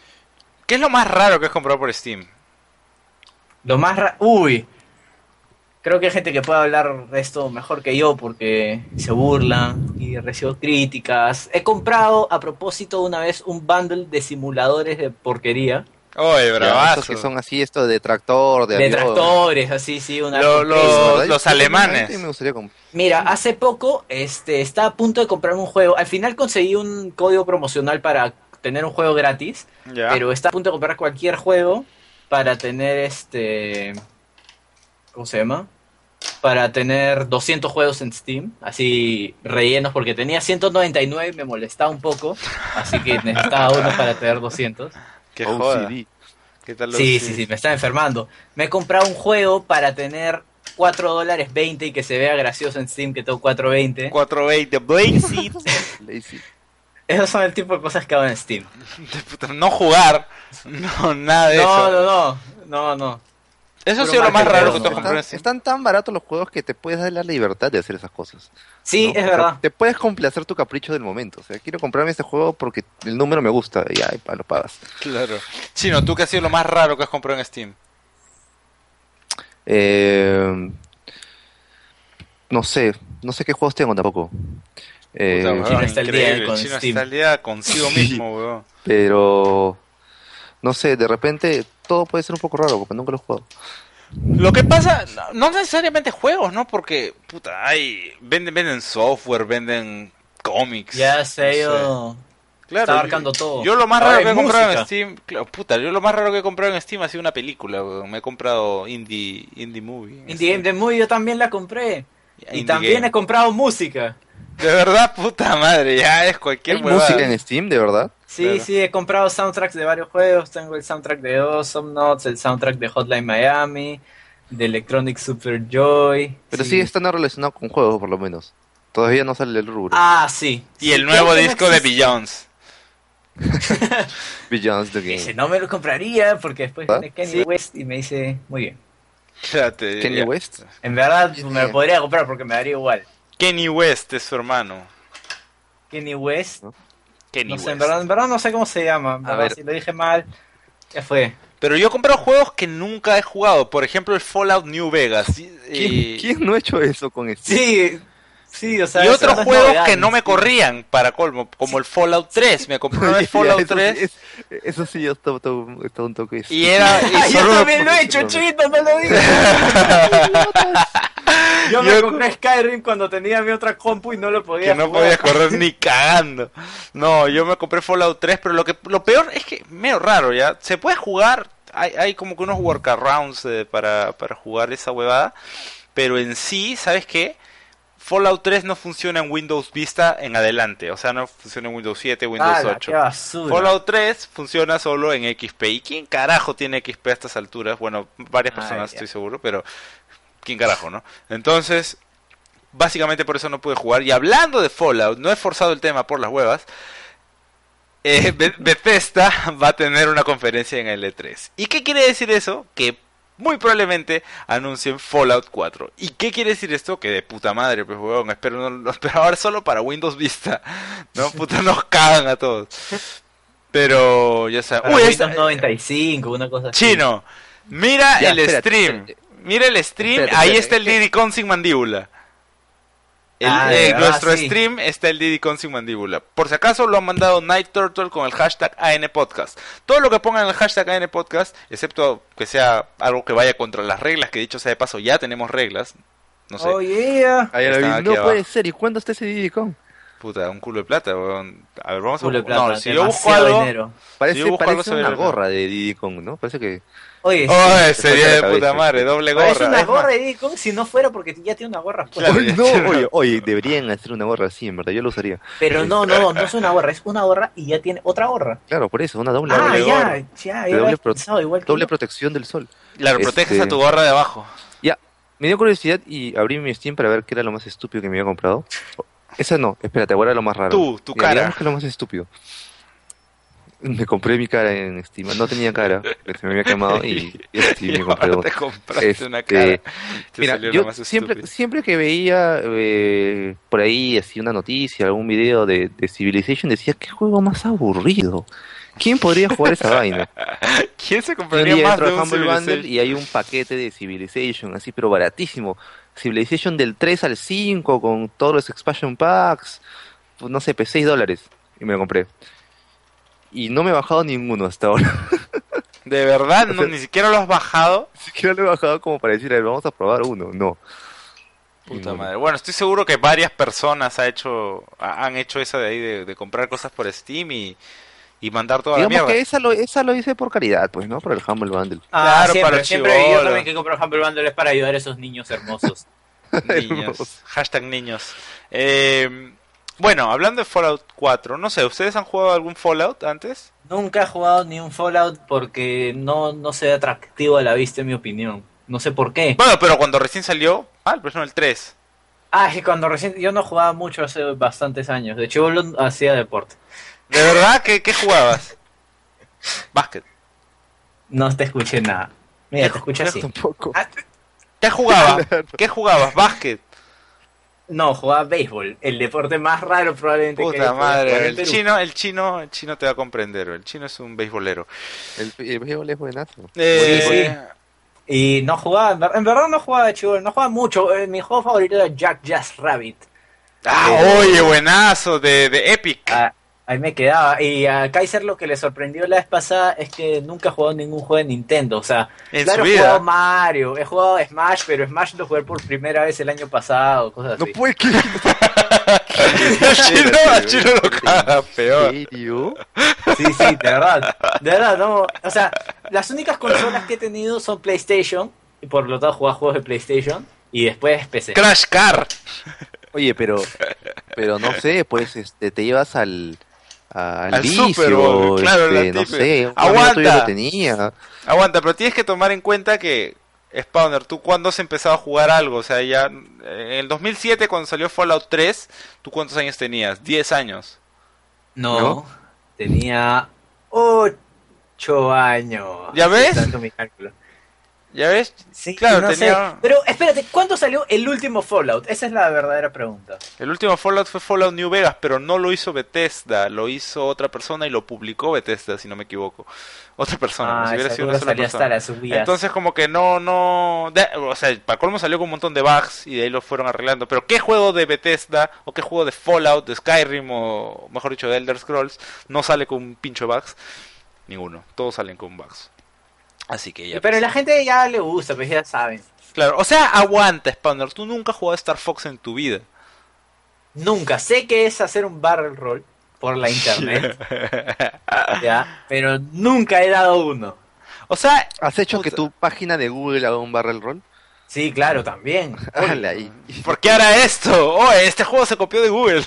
¿Qué es lo más raro que has comprado por Steam? Lo más raro... Uy. Creo que hay gente que puede hablar de esto mejor que yo porque se burlan y recibo críticas. He comprado a propósito una vez un bundle de simuladores de porquería. Oye, bravazo. Esos que son así, esto de tractor, de avión. Tractores, así, sí. Los alemanes. Me gustaría Mira, hace poco estaba a punto de comprar un juego. Al final conseguí un código promocional para tener un juego gratis. Ya. Pero estaba a punto de comprar cualquier juego para tener ¿cómo se llama? Para tener 200 juegos en Steam, así rellenos, porque tenía 199 y me molestaba un poco, así que necesitaba uno para tener 200. Qué joda. ¿Qué tal Sí, me estaba enfermando. Me he comprado un juego para tener $4.20 y que se vea gracioso en Steam, que tengo 4.20. 420, Blazy. Esos son el tipo de cosas que hago en Steam. No jugar, no, nada de eso. No. Eso ha sido lo más raro que tú has comprado en Steam. Están tan baratos los juegos que te puedes dar la libertad de hacer esas cosas. Sí, ¿no? es verdad. Te puedes complacer tu capricho del momento. O sea, quiero comprarme este juego porque el número me gusta. Y ya, lo pagas. Claro. Chino, ¿tú qué ha sido lo más raro que has comprado en Steam? No sé qué juegos tengo tampoco. Chino está el día con Chino Steam. está el día consigo mismo, weón. Pero no sé, de repente todo puede ser un poco raro porque nunca lo he jugado. Lo que pasa, no necesariamente juegos, ¿no? Porque, puta, venden software, venden cómics. Ya sé, no sé. Claro, está abarcando todo. Yo lo más raro que he comprado música. en Steam, yo lo más raro que he comprado en Steam ha sido una película, weón. Me he comprado indie movie. Indie Game The Movie yo también la compré. Y Indie también Game. he comprado música. De verdad, puta madre, ya es cualquier ¿Hay huevada. música en Steam, de verdad? Sí, Claro. sí, he comprado soundtracks de varios juegos. Tengo el soundtrack de Awesome Notes, el soundtrack de Hotline Miami, de Electronic Super Joy. Pero sí. sigue estando relacionado con juegos, por lo menos. Todavía no sale el rubro. Ah, sí. Y Sí, el nuevo creo que no disco de existe. Beyoncé. Beyond the Game. Ese no me lo compraría porque después ¿Ah? viene Kanye West y me dice, muy bien. Kanye West. En verdad me lo podría comprar porque me daría igual. Kenny West es su hermano. Kanye West, ¿No? Kenny no sé, West. en verdad no sé cómo se llama. En A verdad, ver. si lo dije mal, ya fue. Pero yo he comprado juegos que nunca he jugado. Por ejemplo, el Fallout New Vegas. ¿Quién no ha hecho eso con Steam? Sí, o sea... Y otros esas juegos novedades, que no me sí. corrían para colmo, como el Fallout 3. Me compré una vez Fallout 3 Eso sí, yo estaba un toque. y era... y Ay, yo solo- también lo he hecho, chito, no lo digas. Yo me Yo- compré Skyrim cuando tenía mi otra compu y no lo podía que no jugar. podía correr ni cagando. No, yo me compré Fallout 3, pero lo peor es que medio raro, ¿ya? Se puede jugar, hay como que unos workarounds para jugar esa huevada, pero en sí, ¿sabes qué? Fallout 3 no funciona en Windows Vista en adelante, o sea, no funciona en Windows 7, Windows ¡Hala, 8. qué basura! Fallout 3 funciona solo en XP. ¿Y quién carajo tiene XP a estas alturas? Bueno, varias personas ya. estoy seguro, pero ¿quién carajo, no? Entonces, básicamente por eso no pude jugar. Y hablando de Fallout, no he forzado el tema por las huevas. Bethesda va a tener una conferencia en el E3. ¿Y qué quiere decir eso? Que muy probablemente anuncien Fallout 4. ¿Y qué quiere decir esto? Que de puta madre, pues huevón, espero ahora solo para Windows Vista. No, puta, nos cagan a todos. Pero, ya sabes. Para Uy, Windows 95, una cosa así. Chino, mira Ya, el espérate, stream. espérate. Mira el stream, Espérate, ahí espérate, está el es que- Diddy Kong sin mandíbula. De verdad, Nuestro sí. stream está el Diddy Kong sin mandíbula. Por si acaso lo han mandado Night Turtle con el hashtag ANPodcast. Todo lo que pongan en el hashtag ANPodcast, excepto que sea algo que vaya contra las reglas, que dicho sea de paso ya tenemos reglas. No sé, Oh, yeah. Ahí la vi. Están aquí No puede abajo. ser. ¿Y cuándo está ese Diddy Kong? puta, un culo de plata, weón. A ver, vamos a Culo de buscar. plata, No, si yo busco demasiado algo... dinero. Parece, Si yo busco algo, parece se ve una el- gorra de Diddy Kong, ¿no? Parece que... Oye, Oh, sí. sería falta de la puta cabeza. madre, doble Parece gorra. una Es más, gorra de Diddy Kong si no fuera porque ya tiene una gorra puesta. Claro. Oye, no, oye, deberían hacer una gorra así, en verdad, yo lo usaría. Pero no es una gorra, es una gorra y ya tiene otra gorra. Claro, por eso, una doble Ah, gorra. ya De doble, pro- pensado igual que doble yo. protección del sol. Claro, proteges Este- a tu gorra de abajo. Ya, me dio curiosidad y abrí mi Steam para ver qué era lo más estúpido que me había comprado. Esa no, espérate, ahora lo más raro. Tú, tu Ya, cara. digamos que lo más estúpido. Me compré mi cara en Steam. No tenía cara, se me había quemado y Steam me compré te compraste una cara. Mira, yo siempre que veía por ahí así una noticia, algún video de Civilization, decía, ¿qué juego más aburrido? ¿Quién podría jugar esa vaina? ¿Quién se compraría más de un Humble Bundle y hay un paquete de Civilization, así pero baratísimo. Civilization del 3 al 5 con todos los expansion packs, pues, no sé, pues $6 y me lo compré. Y no me he bajado ninguno hasta ahora. ¿De verdad? ¿No, ni siquiera lo has bajado? Ni siquiera lo he bajado como para decir, a ver, vamos a probar uno. No. Puta madre. Bueno, estoy seguro que varias personas han hecho esa de ahí de comprar cosas por Steam y mandar toda Digamos la mierda. Que esa lo hice por caridad, pues, ¿no? Por el Humble Bundle. Claro, siempre yo también que compro Humble Bundle es para ayudar a esos niños hermosos. Niños. Hashtag niños. Bueno, hablando de Fallout 4, no sé, ¿ustedes han jugado algún Fallout antes? Nunca he jugado ni un Fallout porque no se ve atractivo a la vista, en mi opinión. No sé por qué. Bueno, pero cuando recién salió, el 3. Es que cuando recién... Yo no jugaba mucho hace bastantes años. De hecho, yo hacía deporte. ¿De verdad? ¿Qué jugabas? Básquet. No te escuché nada. Mira, te escuché así. Tampoco. ¿Qué jugabas? ¿Qué jugabas? ¿Básquet? No, jugaba béisbol. El deporte más raro probablemente. Puta madre, el chino te va a comprender. El chino es un beisbolero. El béisbol es buenazo. Sí. Y no jugaba, en verdad no jugaba de chivo, no jugaba mucho. Mi juego favorito era Jack Jazz Rabbit. Oye, buenazo, de Epic. Ahí me quedaba. Y a Kaiser lo que le sorprendió la vez pasada es que nunca ha jugado ningún juego de Nintendo. O sea, claro, he jugado Mario, he jugado Smash, pero Smash lo jugué por primera vez el año pasado, cosas así. No puede que... Chino lo caga peor. ¿En serio? Sí, de verdad, no. O sea, las únicas consolas que he tenido son PlayStation, y por lo tanto jugaba juegos de PlayStation, y después PC. Crash Car. Oye, pero no sé, pues te llevas al vicio, Super Bowl, claro, no sé, aguanta, yo lo tenía. Aguanta, pero tienes que tomar en cuenta que Spawner, ¿tú cuándo has empezado a jugar algo? O sea, ya en el 2007 cuando salió Fallout 3, ¿tú cuántos años tenías? 10 años. No, tenía 8 años. ¿Ya ves? Tanto mi cálculo. ¿Ya ves? Sí, claro, no tenía... sé. Pero espérate, ¿cuándo salió el último Fallout? Esa es la verdadera pregunta. El último Fallout fue Fallout New Vegas, pero no lo hizo Bethesda, lo hizo otra persona y lo publicó Bethesda, si no me equivoco. Otra persona, si hubiera sido una sola persona. Entonces como que o sea, para colmo salió con un montón de bugs y de ahí lo fueron arreglando. Pero ¿qué juego de Bethesda o qué juego de Fallout, de Skyrim o mejor dicho de Elder Scrolls no sale con un pincho de bugs? Ninguno, todos salen con bugs. Así que ya. Pero la gente ya le gusta, pues ya saben. Claro, o sea, aguanta, Spawner, tú nunca has jugado Star Fox en tu vida. Nunca, sé que es hacer un barrel roll por la internet. Ya, pero nunca he dado uno. O sea, ¿has hecho que tu página de Google haga un barrel roll? Sí, claro, también. ¿Por qué hará esto? Oh, este juego se copió de Google.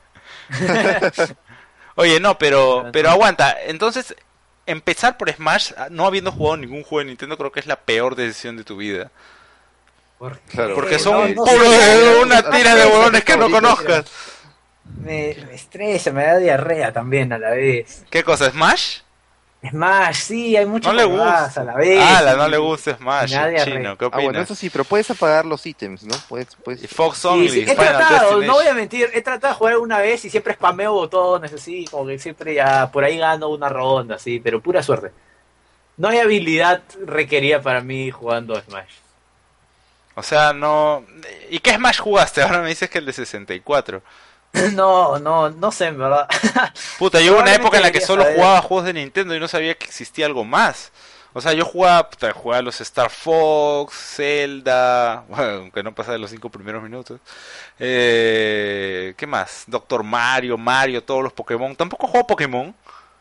Oye, no, pero aguanta. Entonces, empezar por Smash, no habiendo jugado ningún juego de Nintendo, creo que es la peor decisión de tu vida. Claro. Porque son una tira de huevones que no conozcas. Me estresa, me da diarrea también a la vez. ¿Qué cosa? ¿Smash? Smash, sí, hay muchas no le gusta a la vez. No le gusta Smash, chino, ¿qué opinas? Bueno, eso sí, pero puedes apagar los ítems, ¿no? Puedes... Y Fox Only, sí, he tratado, no voy a mentir, he tratado de jugar una vez y siempre spameo botones, así, como que siempre ya por ahí gano una ronda, así, pero pura suerte. No hay habilidad requerida para mí jugando a Smash. O sea, no... ¿Y qué Smash jugaste? Ahora me dices que el de 64. No sé, en verdad. Puta, yo hubo una época en la que solo jugaba juegos de Nintendo y no sabía que existía algo más. O sea, yo jugaba los Star Fox, Zelda, bueno, aunque no pasa de los 5 primeros minutos. ¿Qué más? Doctor Mario, todos los Pokémon. ¿Tampoco juego Pokémon?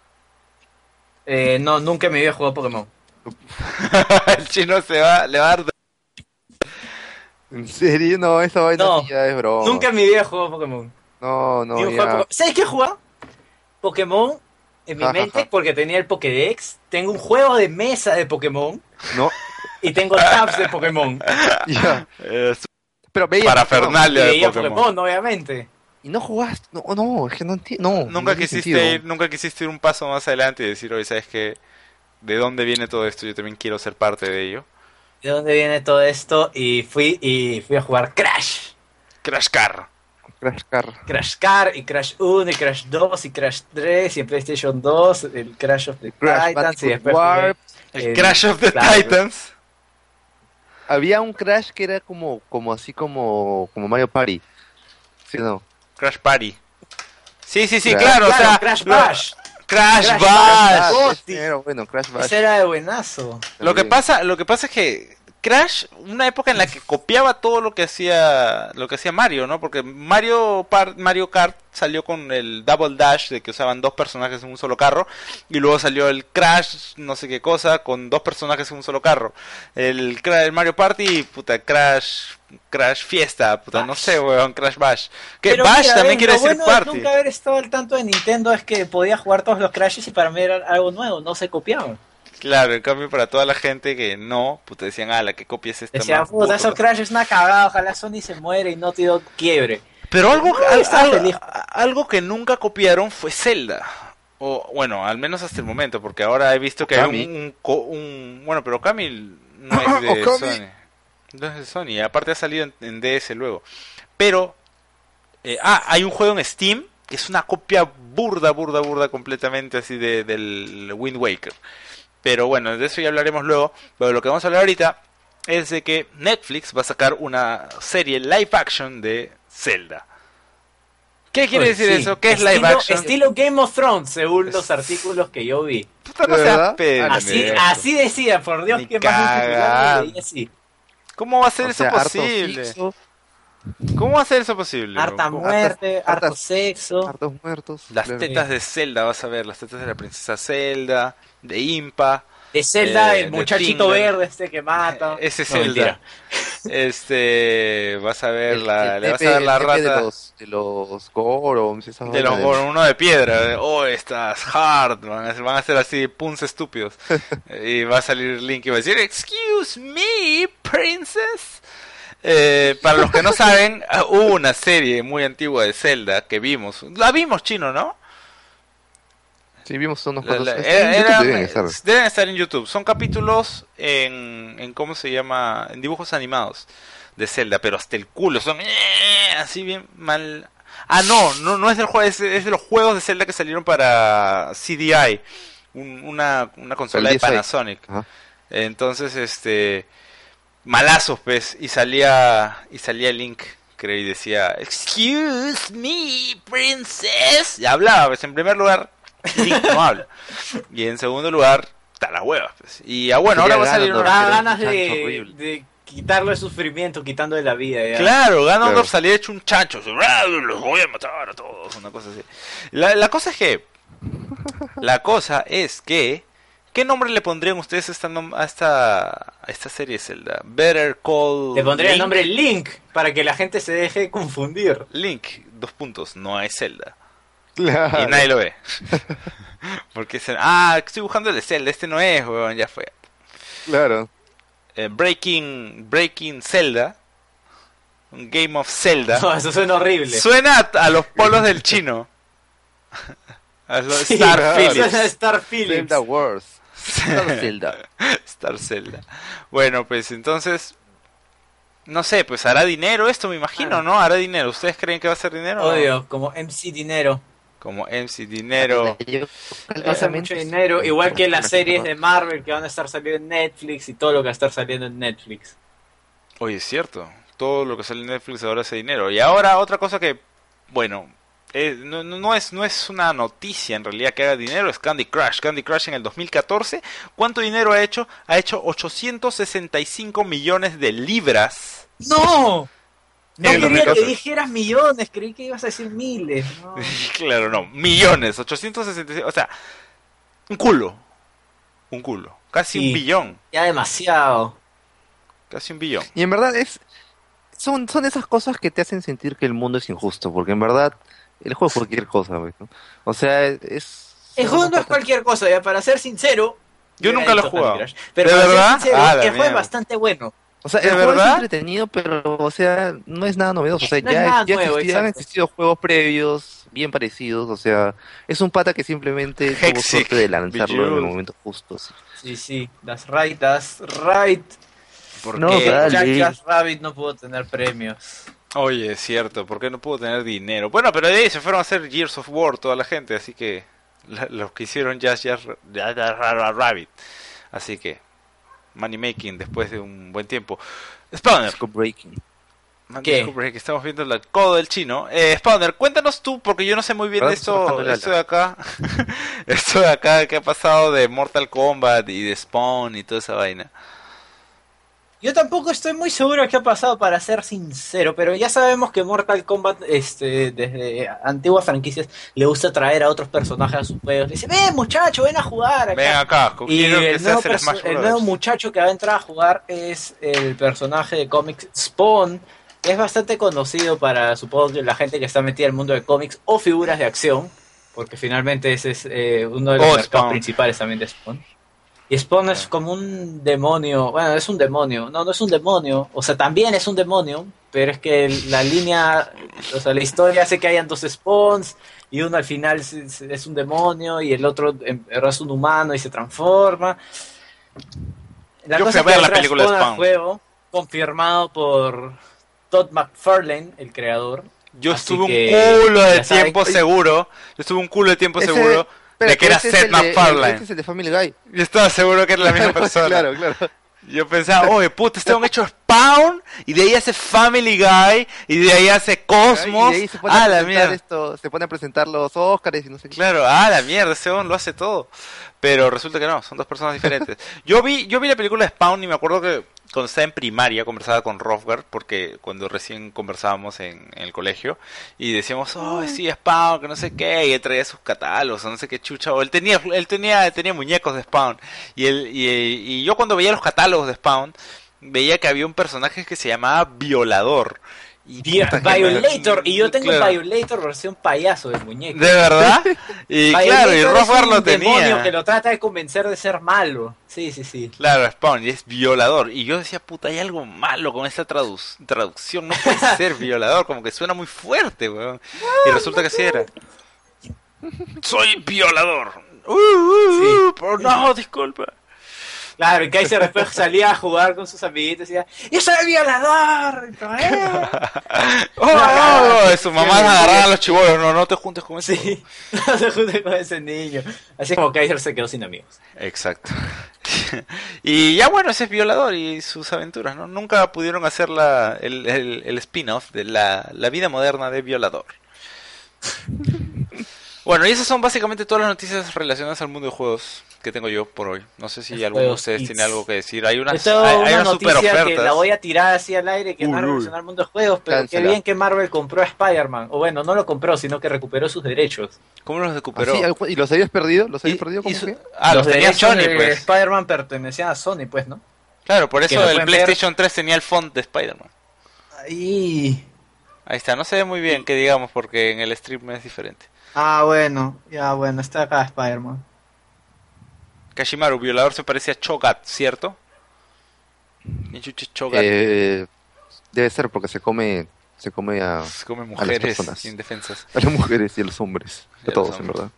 No, nunca me había jugado Pokémon. El chino le va a dar... ¿En serio? No, esa vaina ya es broma. Nunca me había jugado Pokémon. No, ya. ¿Sabes qué jugaba? Pokémon en mi mente porque tenía el Pokédex. Tengo un juego de mesa de Pokémon. No. Y tengo tabs de Pokémon. Ya. Pero veía parafernalia de Pokémon, obviamente. Y no jugaste, no, es que no entiendo, no. Nunca quisiste ir un paso más adelante y decir, oye, ¿sabes qué? ¿De dónde viene todo esto? Yo también quiero ser parte de ello. ¿De dónde viene todo esto? Y fui a jugar Crash. Crash Car. Crash Car, y Crash 1, y Crash 2, y Crash 3, y en PlayStation 2, el Crash of the Titans, y después el Crash of the Titans. Había un Crash que era como Mario Party. ¿Sí o no? Crash Party. Sí, claro, o sea, Crash Bash. Crash Bash. Bueno, Crash Bash. Ese era de buenazo. Lo que pasa es que Crash, una época en la que copiaba todo lo que hacía Mario, ¿no? Porque Mario Kart salió con el Double Dash, de que usaban dos personajes en un solo carro, y luego salió el Crash, no sé qué cosa, con dos personajes en un solo carro. El Mario Party, puta, Crash Fiesta, puta, no sé, weón, Crash Bash. Que pero Bash mira, también quiere decir bueno Party. Nunca haber estado al tanto de Nintendo es que podía jugar todos los Crashes y para mí era algo nuevo, no se copiaban. Claro, en cambio para toda la gente que no, puta, decían, la que copies esta. Decían, puta, esos Crash es una cagada, ojalá Sony se muere y no te quiebre. Pero algo que nunca copiaron fue Zelda. O bueno, al menos hasta el momento, porque ahora he visto que hay bueno, pero Okami no es de Sony. No es de Sony, aparte ha salido en DS luego. Pero hay un juego en Steam que es una copia burda completamente así del Wind Waker. Pero bueno, de eso ya hablaremos luego. Pero lo que vamos a hablar ahorita es de que Netflix va a sacar una serie live action de Zelda. ¿Qué quiere decir eso? ¿Qué es live action? Estilo Game of Thrones, según los artículos que yo vi. Puta, no seas pendejo. Así decía, por Dios, que más así. ¿Cómo va a ser eso posible? ¿Cómo va a ser eso posible? Harta muerte, harto sexo. Hartos muertos. Las tetas de Zelda, vas a ver, las tetas de la princesa Zelda, de Impa. De Zelda, el muchachito verde que mata. Ese Zelda. Vas a ver le vas a ver la rata. De los Gorons. De los Gorons, uno de piedra. Oh, estás hard. Van a ser así, puns estúpidos. Y va a salir Link y va a decir, excuse me, princess. Para los que no saben, hubo una serie muy antigua de Zelda que vimos. La vimos, Chino, ¿no? Sí, vimos unos cuantos. Deben estar en YouTube. Son capítulos en ¿cómo se llama? En dibujos animados de Zelda, pero hasta el culo. Son así bien mal. No es del juego, es de los juegos de Zelda que salieron para CDI, una consola de Panasonic. Ajá. Entonces, malazos, pues, y salía Link, creo, y decía, excuse me, princess. Y hablaba, pues, en primer lugar, Link no habla. Y en segundo lugar, está la hueva, pues. Y bueno, ahora va a salir ganas de quitarle el sufrimiento, quitándole la vida. Ya. Claro, Ganondorf salía hecho un chancho, los voy a matar a todos, una cosa así. La cosa es que ¿qué nombre le pondrían ustedes a esta serie Zelda? Better Call Le pondría Link. El nombre Link, para que la gente se deje confundir. Link, no hay Zelda. Claro. Y nadie lo ve. Porque estoy buscando el de Zelda, este no es, weón, ya fue. Claro. Breaking Zelda. Un Game of Zelda. No, eso suena horrible. Suena a los polos del chino. A los Star Phillips. Suena a Star Phillips. Zelda Wars. Star Zelda. Bueno, pues entonces, no sé, pues hará dinero esto, me imagino, ¿no? Hará dinero. ¿Ustedes creen que va a ser dinero? Obvio, ¿no? Como MC Dinero. Como MC Dinero. Va a ser mucho dinero, igual que las series de Marvel que van a estar saliendo en Netflix y todo lo que va a estar saliendo en Netflix. Oye, es cierto. Todo lo que sale en Netflix ahora hace dinero. Y ahora otra cosa que, bueno, no es una noticia en realidad que haga dinero, es Candy Crush. Candy Crush en el 2014, ¿cuánto dinero ha hecho? Ha hecho 865 millones de libras. ¡No! No quería que dijeras millones, creí que ibas a decir miles. No. Claro, no, millones, 865, o sea, un culo, casi un billón. Ya demasiado. Casi un billón. Y en verdad son esas cosas que te hacen sentir que el mundo es injusto, porque en verdad el juego es cualquier cosa, ¿no? O sea, el juego no es cualquier cosa, ya para ser sincero. Yo nunca lo he jugado. Pero ¿de para verdad? ser sincero, el juego es bastante bueno. O sea, el juego es entretenido, pero, o sea, no es nada novedoso. O sea, han existido juegos previos, bien parecidos. O sea, es un pata que simplemente tuvo suerte de lanzarlo en el momento justo. Sí, that's right. Porque Jack Rabbit no pudo tener premios. Oye, es cierto, ¿por qué no pudo tener dinero? Bueno, pero de ahí se fueron a hacer Gears of War toda la gente, así que los que hicieron Just Rabbit. Así que money making después de un buen tiempo. Spawner. ¿Qué? Estamos viendo el codo del chino. Spawner, cuéntanos tú, porque yo no sé muy bien esto de acá. Esto de acá que ha pasado de Mortal Kombat y de Spawn y toda esa vaina. Yo tampoco estoy muy seguro de qué ha pasado, para ser sincero, pero ya sabemos que Mortal Kombat, desde antiguas franquicias, le gusta traer a otros personajes a sus juegos. Le dice, ven muchacho, ven a jugar acá. Ven acá, y el nuevo muchacho que va a entrar a jugar es el personaje de cómics Spawn. Es bastante conocido para, supongo, que la gente que está metida en el mundo de cómics o figuras de acción, porque finalmente ese es uno de los mercados principales también de Spawn. Y Spawn es como un demonio. Bueno, es un demonio. No es un demonio. O sea, también es un demonio. Pero es que la línea... O sea, la historia hace que hayan dos Spawns. Y uno al final es un demonio. Y el otro es un humano y se transforma. Yo fui a ver la película de Spawn. Juego, confirmado por Todd McFarlane, el creador. Yo estuve un culo de tiempo seguro. De que era Seth MacFarlane. Este es el de Family Guy. Yo estaba seguro que era la misma persona. Claro. Yo pensaba, oye, puta, este hombre hecho Spawn, y de ahí hace Family Guy, y de ahí hace Cosmos. Y de ahí se pone a presentar se pone a presentar los Oscars y no sé qué. Claro, la mierda, ese hombre lo hace todo. Pero resulta que no, son dos personas diferentes. Yo vi la película de Spawn y me acuerdo que cuando estaba en primaria conversaba con Rofgar, porque cuando recién conversábamos en el colegio, y decíamos, sí, Spawn, que no sé qué, y él traía sus catálogos, no sé qué chucha, o él tenía muñecos de Spawn, y yo cuando veía los catálogos de Spawn, veía que había un personaje que se llamaba Violador. Violator, y yo tengo Violator versión payaso de muñeco. ¿De verdad? Y claro, y Rofgar lo tenía. Demonio que lo trata de convencer de ser malo. Sí. Claro, Spawn, y es violador. Y yo decía, puta, hay algo malo con esta traducción. No puede ser violador, como que suena muy fuerte, weón. Y resulta que sí era. Soy violador. Pero no, disculpa. Claro, y Kaiser después salía a jugar con sus amiguitos y decía, ¡yo soy violador! Su mamá agarraba a los chibolos, no te juntes con ese. Sí, no te juntes con ese niño. Así como Kaiser se quedó sin amigos. Exacto. Y ya bueno, ese es violador y sus aventuras, ¿no? Nunca pudieron hacer el spin-off de la vida moderna de violador. Bueno, y esas son básicamente todas las noticias relacionadas al mundo de juegos que tengo yo por hoy. No sé si alguno de ustedes tiene algo que decir. Hay unas super ofertas que la voy a tirar así al aire, que no es relacionada al mundo de juegos, pero Cáncela. Qué bien que Marvel compró a Spider-Man. O bueno, no lo compró, sino que recuperó sus derechos. ¿Cómo los recuperó? ¿Y los habías perdido? ¿Los perdido? Los tenía Sony, pues. Spider-Man pertenecían a Sony, pues, ¿no? Claro, por eso el PlayStation 3 tenía el font de Spider-Man. Ahí está, no se ve muy bien, que digamos, porque en el stream es diferente. Bueno, está acá Spider-Man. Kashimaru, violador, se parece a Cho'Gath, ¿cierto? Cho'Gath. Debe ser porque se come mujeres a las personas, indefensas. A las mujeres y a los hombres. A todos, en verdad.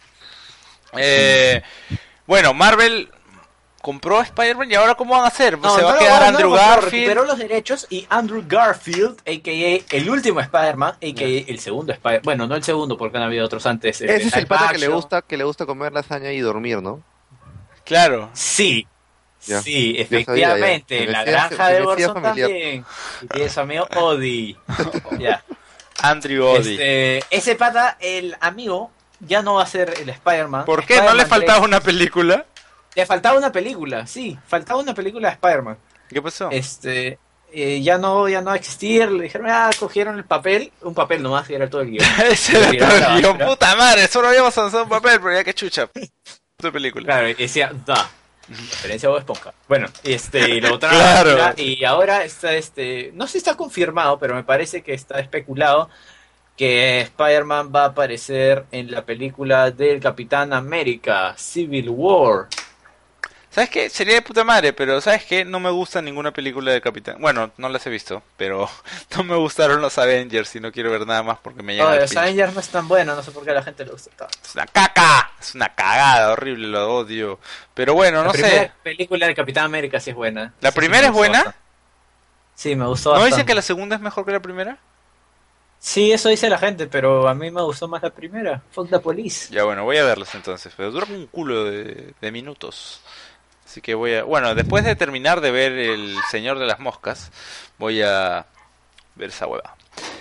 Bueno, Marvel compró a Spider-Man y ahora ¿cómo van a hacer? ¿Se va a quedar Andrew Garfield? Recuperó los derechos y Andrew Garfield, a.k.a. el último Spider-Man, a.k.a. el segundo Spider-Man. Bueno, no el segundo porque han habido otros antes. Ese es el pata que le gusta comer lasaña y dormir, ¿no? Claro. Sí. Ya. Sí, efectivamente. Sabía, la granja de Warzone también. Y tiene su amigo Odie. Ya. Andrew Odie. Ese pata, el amigo, ya no va a ser el Spider-Man. ¿Por qué? ¿No le faltaba una película? Le faltaba una película, sí. Faltaba una película de Spider-Man. ¿Qué pasó? Ya no va a existir. Le dijeron, cogieron el papel. Un papel nomás, y era todo el guión. Ese era todo el guión. Puta madre, solo habíamos avanzado un papel, pero ya que chucha. Tu película. Claro, y decía, referencia a Bob Esponja. Bueno, y lo otra claro. Y ahora está no sé si está confirmado, pero me parece que está especulado que Spider-Man va a aparecer en la película del Capitán América, Civil War. ¿Sabes qué? Sería de puta madre, pero ¿sabes qué? No me gusta ninguna película de Capitán. Bueno, no las he visto, pero no me gustaron los Avengers y no quiero ver nada más porque me llegan. Los Avengers no están buenos, no sé por qué a la gente le gusta tanto. Es una caca, es una cagada horrible, lo odio. Pero bueno, no sé. La primera película de Capitán América sí es buena. ¿La primera es buena? Bastante. Sí, me gustó ¿No bastante. dicen que la segunda es mejor que la primera? Sí, eso dice la gente, pero a mí me gustó más la primera. Fuck the police. Ya bueno, voy a verlos entonces, pero dura un culo de minutos. Así que voy a... Bueno, después de terminar de ver El Señor de las Moscas, voy a ver esa hueva.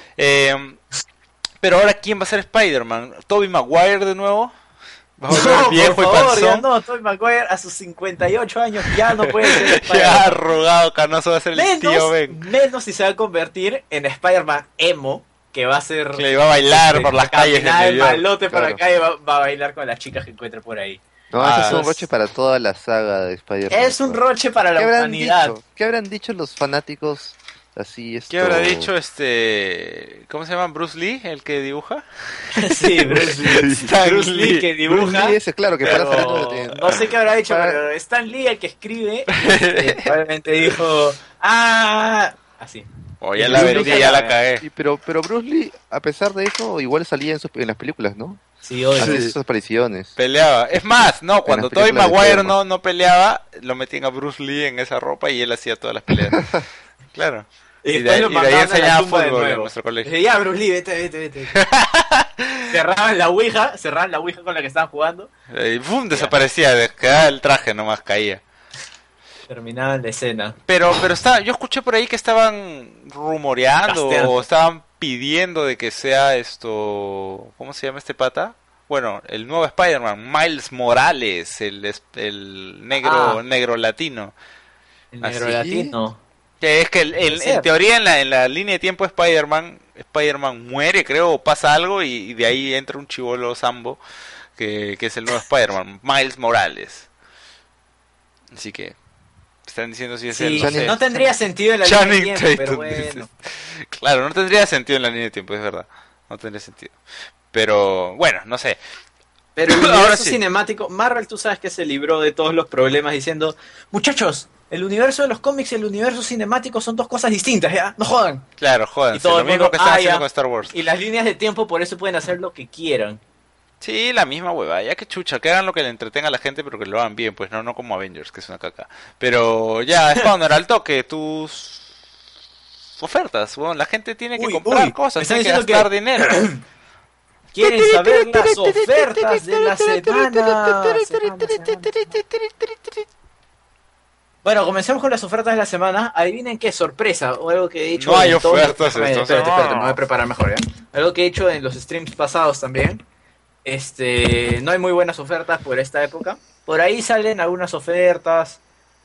Pero ahora, ¿quién va a ser Spider-Man? ¿Tobey Maguire de nuevo? ¿Va a volver viejo por y favor, panzón? ya no, Tobey Maguire a sus 58 años ya no puede ser Spider-Man. Ya arrugado, canoso, va a ser el tío Ben. Menos si se va a convertir en Spider-Man emo, que va a ser... Que le va a bailar por las calles de Caminar New el York. malote por la Claro. calle, va a bailar con las chicas que encuentre por ahí. No, ese es un roche para toda la saga de Spider-Man. Es un roche para la humanidad. ¿Qué habrán dicho los fanáticos así? ¿Qué habrá dicho ¿cómo se llama? ¿Bruce Lee, el que dibuja? Sí, Bruce Lee. Stan Bruce Lee que dibuja. Bruce Lee ese, claro, que para pero fanáticos no sé qué habrá dicho, Para- pero Stan Lee, el que escribe, probablemente dijo, así. O ya la vendí, ya la cagué. Sí, pero Bruce Lee, a pesar de eso, igual salía en las películas, ¿no? Sí, hoy. Hacía sus apariciones. Peleaba. Es más, no, cuando las Tobey películas de Maguire Spider-Man. no peleaba, lo metían a Bruce Lee en esa ropa y él hacía todas las peleas. Claro. Y de después ahí, lo y de ahí mandaban a la enseñaba tumba de fútbol en nuevo. nuestro colegio. Dije, ya, Bruce Lee, vete. cerraban la ouija con la que estaban jugando. Y ¡pum! Desaparecía, quedaba el traje nomás, caía. Terminaban la escena. Pero yo escuché por ahí que estaban rumoreando Casteando. o estaban pidiendo de que sea esto... ¿Cómo se llama este pata? Bueno, el nuevo Spider-Man, Miles Morales, el negro latino. El negro ¿Ah, sí? latino. Que es que Puede ser. en teoría en la línea de tiempo Spider-Man muere, creo, o pasa algo y de ahí entra un chibolo Sambo que es el nuevo Spider-Man, Miles Morales. Así que están diciendo si es Sí, él, no sé. no tendría sentido en la Channing línea de tiempo, pero Tatum, dices. bueno. Claro, no tendría sentido en la línea de tiempo, es verdad. No tendría sentido. Pero bueno, no sé. Pero el Ahora universo sí. cinemático, Marvel, tú sabes que se libró de todos los problemas diciendo, muchachos, el universo de los cómics y el universo cinemático son dos cosas distintas, ¿ya? No jodan. Claro, jodan. Y todo Lo el mismo mundo, que están haciendo ya. con Star Wars. Y las líneas de tiempo por eso pueden hacer lo que quieran. Sí, la misma hueva, ya que chucha, que hagan lo que le entretenga a la gente, pero que lo hagan bien, pues no como Avengers, que es una caca. Pero ya, Spawner, al toque, tus ofertas, bueno, la gente tiene que comprar cosas, me están tiene que diciendo gastar que- dinero. ¿Quieren saber las ofertas de la semana? Bueno, comencemos con las ofertas de la semana. Adivinen qué sorpresa, o algo que he dicho. No hay en todos los- ofertas, Espérate, me voy a preparar mejor, ¿ya? Algo que he hecho en los streams pasados también. No hay muy buenas ofertas por esta época. Por ahí salen algunas ofertas.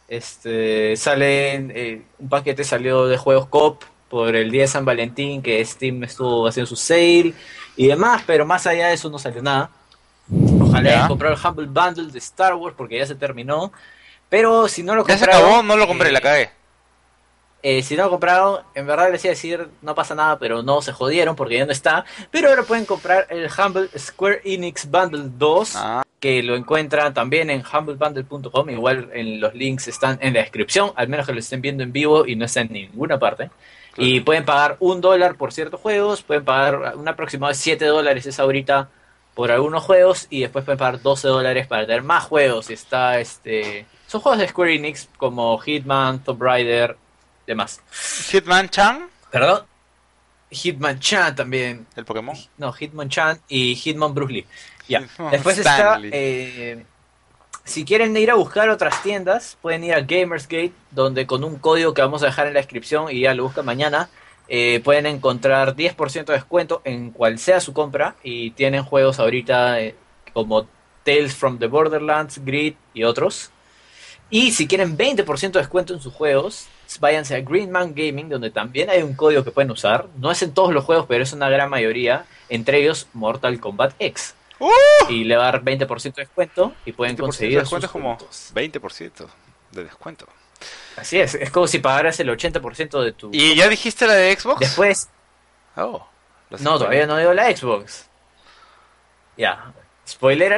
Un paquete salió de juegos COP por el día de San Valentín, que Steam estuvo haciendo su sale y demás, pero más allá de eso no salió nada. Ojalá Ya. hayan comprado el Humble Bundle de Star Wars porque ya se terminó. Pero si no lo Ya se compraron, acabó, no lo compré, la cagué. si no lo compraron, en verdad les iba a decir no pasa nada, pero no se jodieron porque ya no está. Pero ahora pueden comprar el Humble Square Enix Bundle 2, Ah. que lo encuentran también en humblebundle.com. Igual en los links están en la descripción, al menos que lo estén viendo en vivo y no está en ninguna parte. Y pueden pagar $1 por ciertos juegos, pueden pagar un aproximado de $7 es ahorita por algunos juegos, y después pueden pagar $12 para tener más juegos. Y está son juegos de Square Enix como Hitman, Tomb Raider, demás. Hitman-chan, ¿Perdón? Hitman-chan también. el Pokémon. No, Hitman-chan y Hitman Bruce Lee. Ya. Hitman Después Stanley. está... si quieren ir a buscar otras tiendas, pueden ir a Gamersgate, donde con un código que vamos a dejar en la descripción y ya lo buscan mañana, pueden encontrar 10% de descuento en cual sea su compra, y tienen juegos ahorita como Tales from the Borderlands, Grid y otros. Y si quieren 20% de descuento en sus juegos, váyanse a Green Man Gaming, donde también hay un código que pueden usar. No es en todos los juegos, pero es una gran mayoría, entre ellos Mortal Kombat X. Y le va a dar 20% de descuento y pueden 20% conseguir de descuento sus es como puntos. 20% de descuento. Así es como si pagaras el 80% de tu... ¿Y ya dijiste la de Xbox? Después, Oh, lo sé. no, todavía no digo la Xbox. Ya, spoiler alert.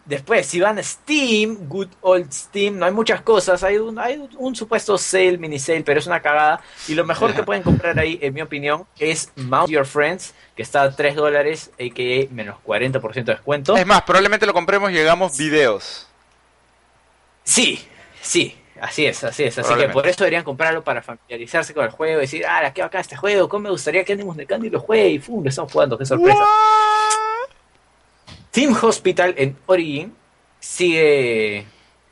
Después, si van a Steam, Good Old Steam, no hay muchas cosas. Hay un supuesto sale, mini sale, pero es una cagada. Y lo mejor que pueden comprar ahí, en mi opinión, es Mount Your Friends, que está a $3, a.k.a. menos 40% de descuento. Es más, probablemente lo compremos y hagamos videos. Sí, así es. Así que por eso deberían comprarlo para familiarizarse con el juego y decir, qué bacán este juego, cómo me gustaría que Animus de Candy lo juegue y lo estamos jugando, qué sorpresa. Team Hospital en Origin sigue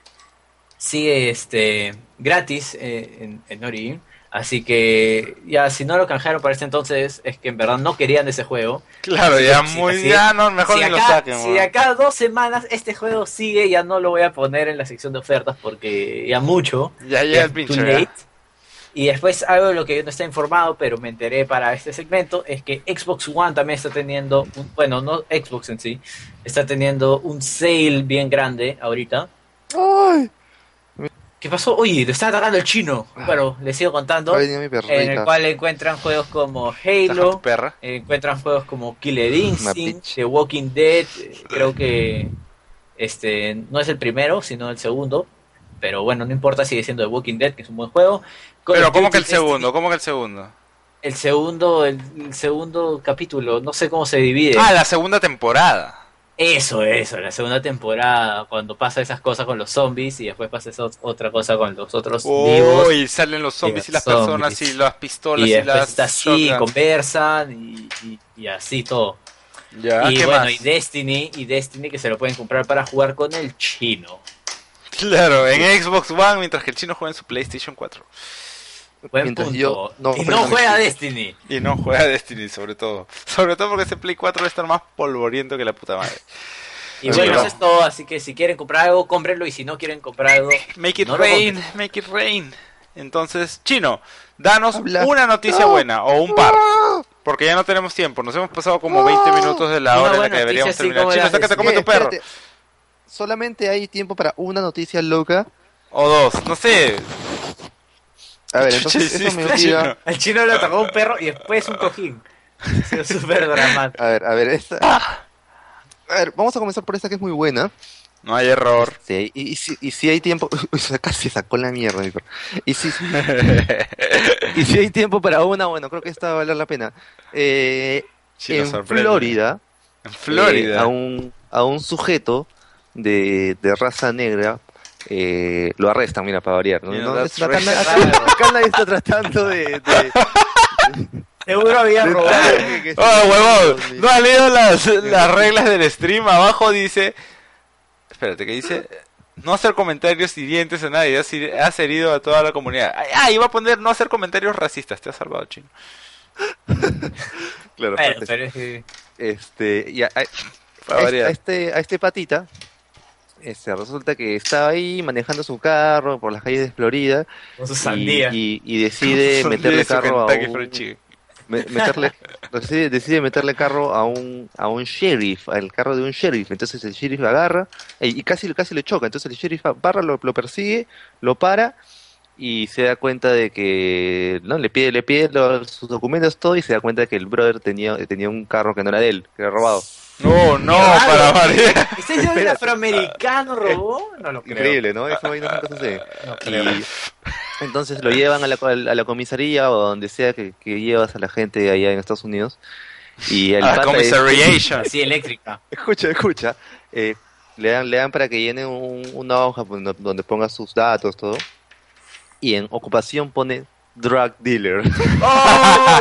gratis en Origin, así que ya si no lo canjearon para este entonces es que en verdad no querían ese juego. Claro, así ya mejor si ni lo saquen. Si de acá 2 semanas este juego sigue, ya no lo voy a poner en la sección de ofertas porque ya mucho. Ya llega el pincho. Y después algo de lo que yo no estaba informado, pero me enteré para este segmento, es que Xbox One también está teniendo, no Xbox en sí, está teniendo un sale bien grande ahorita. ¡Ay! ¿Qué pasó? Uy, lo está atacando el chino. Bueno, les sigo contando. En el cual encuentran juegos como Halo, encuentran juegos como Killer Instinct, The Walking Dead, creo que no es el primero, sino el segundo. Pero bueno, no importa, sigue siendo The Walking Dead, que es un buen juego. Pero ¿cómo que el segundo? ¿Cómo que el segundo? El segundo capítulo, no sé cómo se divide. La segunda temporada. Eso, la segunda temporada, cuando pasa esas cosas con los zombies y después pasa otra cosa con los otros vivos. Y salen los zombies y las personas y las pistolas y las... está así, conversan y así todo. Ya, y ¿qué bueno, más? y Destiny que se lo pueden comprar para jugar con el chino. Claro, en Xbox One, mientras que el chino juega en su PlayStation 4. Buen punto. Y no juega Destiny. Y no juega Destiny, sobre todo. Sobre todo porque ese Play 4 debe estar más polvoriento que la puta madre. Y bueno, eso es todo. Así que si quieren comprar algo, cómprenlo. Y si no quieren comprar algo, make it rain. Entonces, Chino, danos una noticia buena o un par. Porque ya no tenemos tiempo. Nos hemos pasado como 20 minutos de la hora en la que deberíamos terminar. Chino, hasta que te come tu perro. Solamente hay tiempo para una noticia loca. O dos, no sé. A ver, entonces eso me obliga... Al chino le atacó un perro y después un cojín. Ha sido súper dramático. A ver, esta... A ver, vamos a comenzar por esta que es muy buena. No hay error. Sí, y si hay tiempo... Uy, casi sacó la mierda, mi perro. Y si hay tiempo para una, bueno, creo que esta va a valer la pena. En Florida... a un sujeto de raza negra lo arrestan, mira, para variar, ¿no? Acá nadie está tratando de seguro había robado. Huevón, no has leído las reglas del stream. Abajo dice, espérate, que dice no hacer comentarios hirientes a nadie, has herido a toda la comunidad. Iba a poner no hacer comentarios racistas. Te has salvado, chino. Claro, pero es que... y a este patita resulta que estaba ahí manejando su carro por las calles de Florida con su sandía y decide meterle carro decide meterle carro a un sheriff, al carro de un sheriff. Entonces el sheriff agarra y casi le choca. Entonces el sheriff lo persigue, lo para y se da cuenta de que le pide sus documentos, todo, y se da cuenta de que el brother tenía un carro que no era de él, que era robado. No, para variar. ¿Ese es el afroamericano robó? No lo creo. Increíble, ¿no? Eso ahí no sucede. No creo. Y entonces lo llevan a la comisaría o donde sea que llevas a la gente allá en Estados Unidos. Y el comisariation. Sí, eléctrica. Escucha. Le dan para que llene una hoja donde ponga sus datos, todo. Y en ocupación pone drug dealer. ¡Oh!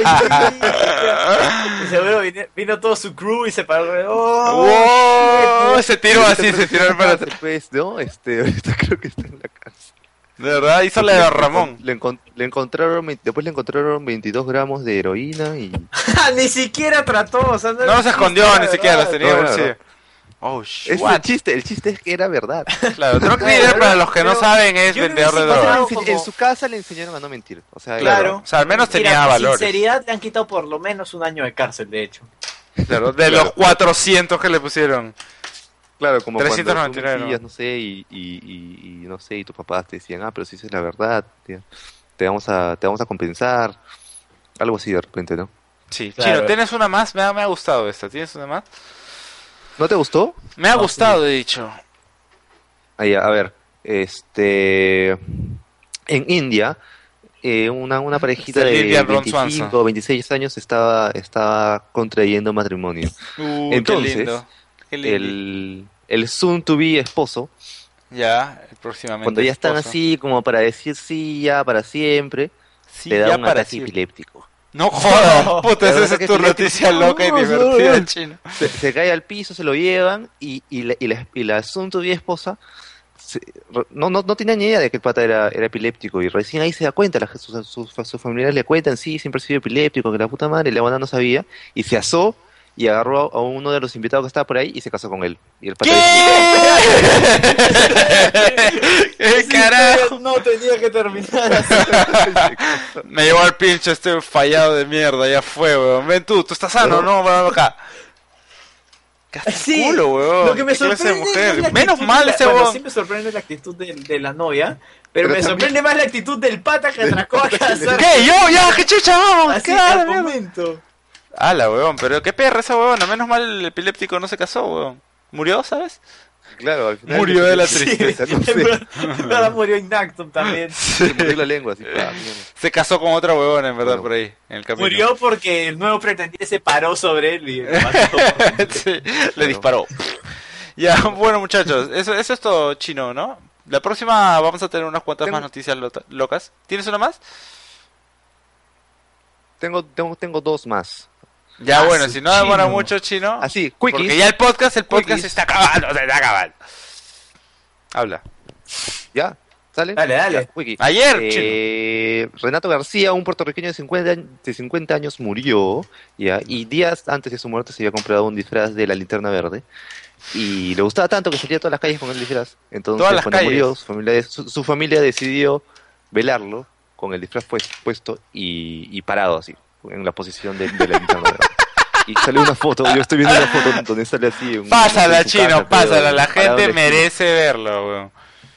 Seguro vino todo su crew y se paró. Se tiró así, se tiró para atrás. Pues, ¿no? Ahorita creo que está en la cárcel. De verdad, hizo la de Ramón. Después le encontraron 22 gramos de heroína y... Ni siquiera trató, o sea, no se escondió, ni siquiera las tenía. Oh, shit. El chiste es que era verdad. Claro, drug dealer, para los que no saben, es vendedor de drogas. En su casa le enseñaron a no mentir. O sea, claro. O sea, al menos tenía valores. Sinceridad le han quitado por lo menos 1 año de cárcel, de hecho. Claro, los 400 que le pusieron. Claro, como 399, cuando tú decías, no sé, y no sé, y tus papás te decían, pero si dices la verdad, tío, te vamos a compensar. Algo así de repente, ¿no? Sí, claro. Chino, ¿tienes una más? Me ha gustado esta. ¿Tienes una más? ¿No te gustó? Me ha gustado, he dicho. A ver, en India, una parejita de 25 o 26 años estaba contrayendo matrimonio. Entonces, qué lindo. El soon to be esposo, ya, próximamente cuando ya están así como para decir sí ya para siempre, le da un ataque epiléptico. No jodas, puta, esa es tu noticia loca y divertida, chino. Se cae al piso, se lo llevan y la soon to be esposa no tenía ni idea de que el pata era epiléptico y recién ahí se da cuenta, sus familiares le cuentan, sí, siempre ha sido epiléptico, que la puta madre, la buena no sabía, y se asó y agarró a uno de los invitados que estaba por ahí y se casó con él. Y el pata ¿Qué carajo? No tenía que terminar así. Me llevó al pincho este fallado de mierda, ya fue, weón. Ven tú estás sano, no, vamos acá. Sí, culo, weón. Lo que me sorprende es menos mal ese weón. Bueno, sí me sorprende la actitud de la novia, pero me sorprende más la actitud del pata que atracó a casa. ¿Qué? ¿Yo? Ya, qué chucha, vamos. Así al momento. Ala, weón, pero qué perra esa weón. Menos mal el epiléptico no se casó, weón. ¿Murió, sabes? Claro, al final murió de la tristeza, sí, no sé. Ahora murió inactum también. Se murió la lengua, así. Se casó con otra huevona, en verdad, por ahí, en el camino. Murió porque el nuevo pretendiente se paró sobre él y lo mató. Sí, le disparó. Ya, bueno, muchachos, eso es todo, chino, ¿no? La próxima vamos a tener unas cuantas más noticias locas. ¿Tienes una más? Tengo dos más. Ya, bueno, si no demora mucho, chino. Así, quickies. Porque ya el podcast se está acabando, Habla. ¿Ya? ¿Sale? Dale. Ya, Ayer, Renato García, un puertorriqueño de 50 años, murió, ¿ya? Y días antes de su muerte se había comprado un disfraz de la Linterna Verde. Y le gustaba tanto que salía a todas las calles con el disfraz. Entonces, cuando murió, su familia decidió velarlo con el disfraz puesto y parado así, en la posición de la Linterna Verde. Y sale una foto, yo estoy viendo una foto donde sale así. Pásala, chino, pásala, la gente merece verlo, weón.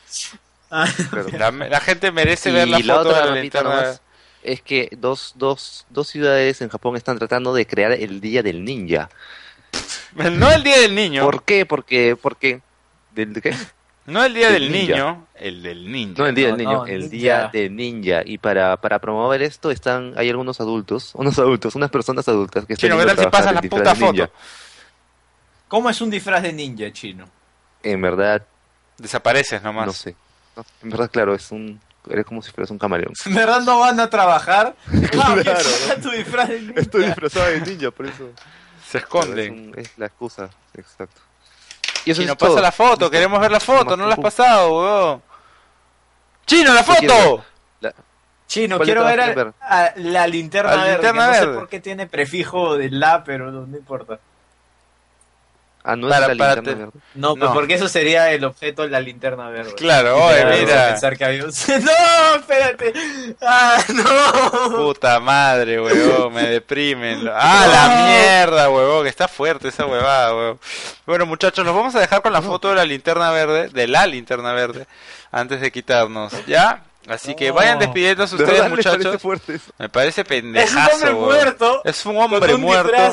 La gente merece ver la foto de la Linterna. Es que dos ciudades en Japón están tratando de crear el Día del Ninja. No el Día del Niño. ¿Por qué? Porque ¿de qué? No el Día del Niño, el del ninja. No el Día del Niño, el Día del Ninja. Y para promover esto hay algunos unas personas adultas que están Chino, ¿qué tal si pasas la puta foto? ¿Cómo es un disfraz de ninja, chino? En verdad... Desapareces nomás. No sé. No, en verdad, claro, eres como si fueras un camaleón. ¿En verdad no van a trabajar? Claro, ¿no? Tu disfraz de ninja. Estoy disfrazado de ninja, por eso. Se esconden. Es la excusa, exacto. Y eso Chino, pasa la foto, queremos ver la foto, no la has pasado, weón. ¡Chino, la foto! Chino, quiero ver a la linterna verde. No sé por qué tiene prefijo de la, pero no importa. Ah, no es la linterna verde. No, pues porque eso sería el objeto de la linterna verde. Claro, oye, mira. Pensar que había un... ¡No, espérate! ¡Ah, no! Puta madre, weón, me deprimen. ¡Ah, la mierda, weón! Que está fuerte esa huevada, weón. Bueno, muchachos, nos vamos a dejar con la foto de la linterna verde, antes de quitarnos, ¿ya? Así que vayan despidiéndose ustedes, muchachos. Me parece pendejazo, es un hombre muerto. Es un hombre muerto.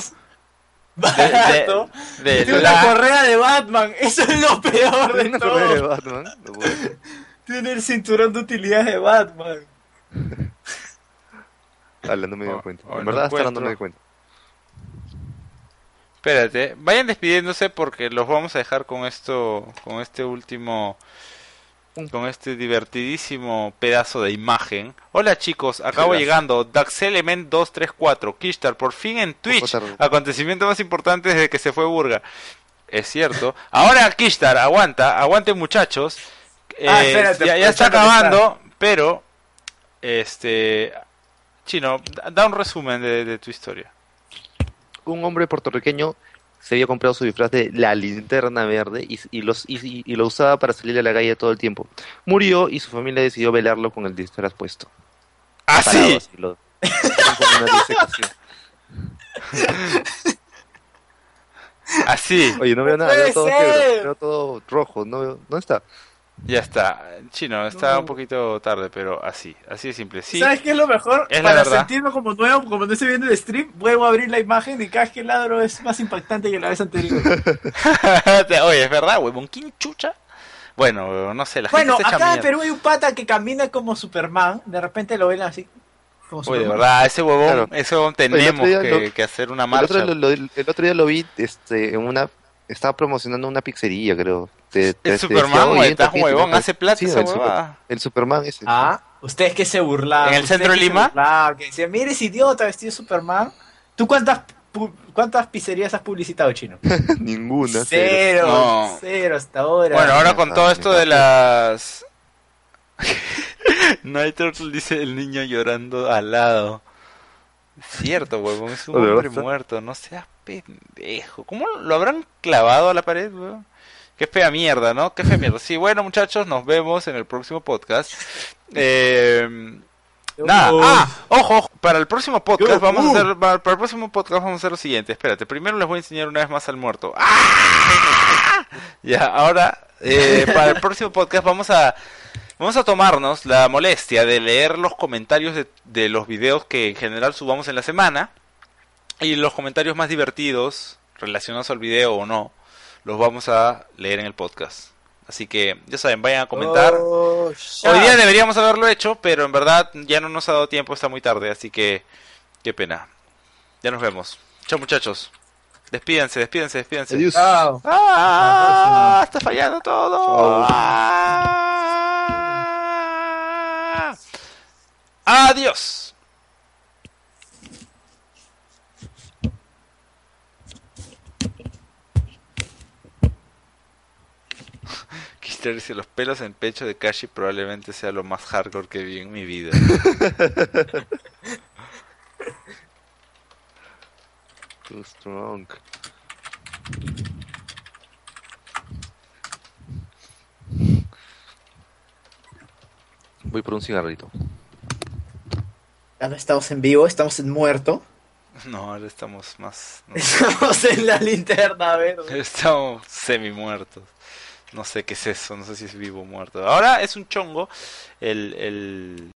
Tiene una correa de Batman. Eso es lo peor de todo. Correa de Batman. Tiene el cinturón de utilidad de Batman. No me doy cuenta. En verdad, hasta ahora no me doy cuenta. Espérate, vayan despidiéndose porque los vamos a dejar con este divertidísimo pedazo de imagen. Hola chicos, acabo llegando, Daxelement 234, Kishtar, por fin en Twitch, acontecimiento más importante desde que se fue Burga. Es cierto. Ahora Kishtar, aguanten muchachos. Espérate, ya está acabando, pero Chino, da un resumen de tu historia. Un hombre puertorriqueño se había comprado su disfraz de la Linterna Verde y lo usaba para salir a la calle todo el tiempo. Murió y su familia decidió velarlo con el disfraz puesto. ¡Ah, sí! Así. Oye, no veo nada, veo todo rojo, no está. Ya está, Chino, está un poquito tarde, pero así de simple. Sí, ¿sabes qué es lo mejor? Para sentirme como nuevo, como no estoy viendo el stream, vuelvo a abrir la imagen y cada vez que ladro es más impactante que la vez anterior. Oye, es verdad, huevón, ¿quién chucha Bueno, no sé, la Bueno, gente se echa acá en mierda. Perú hay un pata que camina como Superman, de repente lo ven así, como Oye, Superman. de verdad, Claro. ese huevón Oye, tenemos que hacer una marcha. El otro día lo vi en una... Estaba promocionando una pizzería, creo. El Te decía, Superman, oye, güey, entra estás aquí, huevón, entra. hace plata Sí, esa huevada. el Superman ese. Ah, ustedes que se burlaban. ¿En el ustedes centro de que se Lima? burlaban, que decían, mire ese idiota vestido de Superman. ¿Tú cuántas pizzerías has publicitado, Chino? Ninguna. Cero, No. cero hasta ahora. Bueno, ahora con todo Me esto de pasó. las... Night Turtle dice el niño llorando al lado. Es cierto, huevón, es un ¿De hombre verdad? muerto, no seas pendejo. ¿Cómo lo habrán clavado a la pared, huevón? Qué fea mierda, ¿no? Qué fea mierda. Sí, bueno, muchachos, nos vemos en el próximo podcast. Nada, ojo, para el próximo podcast para el próximo podcast vamos a hacer lo siguiente. Espérate, primero les voy a enseñar una vez más al muerto. ¡Ah! Ya, ahora para el próximo podcast vamos a tomarnos la molestia de leer los comentarios de los videos que en general subamos en la semana y los comentarios más divertidos relacionados al video o no los vamos a leer en el podcast. Así que ya saben, vayan a comentar. Hoy día deberíamos haberlo hecho, pero en verdad ya no nos ha dado tiempo, está muy tarde, así que qué pena. Ya nos vemos. Chao, muchachos. Despídense. Adiós. Chao. ¡Ah! Está fallando todo. Chao. ¡Ah! Adiós. Quisiera decir, los pelos en pecho de Kashi probablemente sea lo más hardcore que vi en mi vida. Too strong. Voy por un cigarrito. Ya no estamos en vivo, estamos en muerto. No, ahora estamos más... no, Estamos en la linterna verde. estamos semi muertos. No sé qué es eso, no sé si es vivo o muerto. Ahora es un chongo el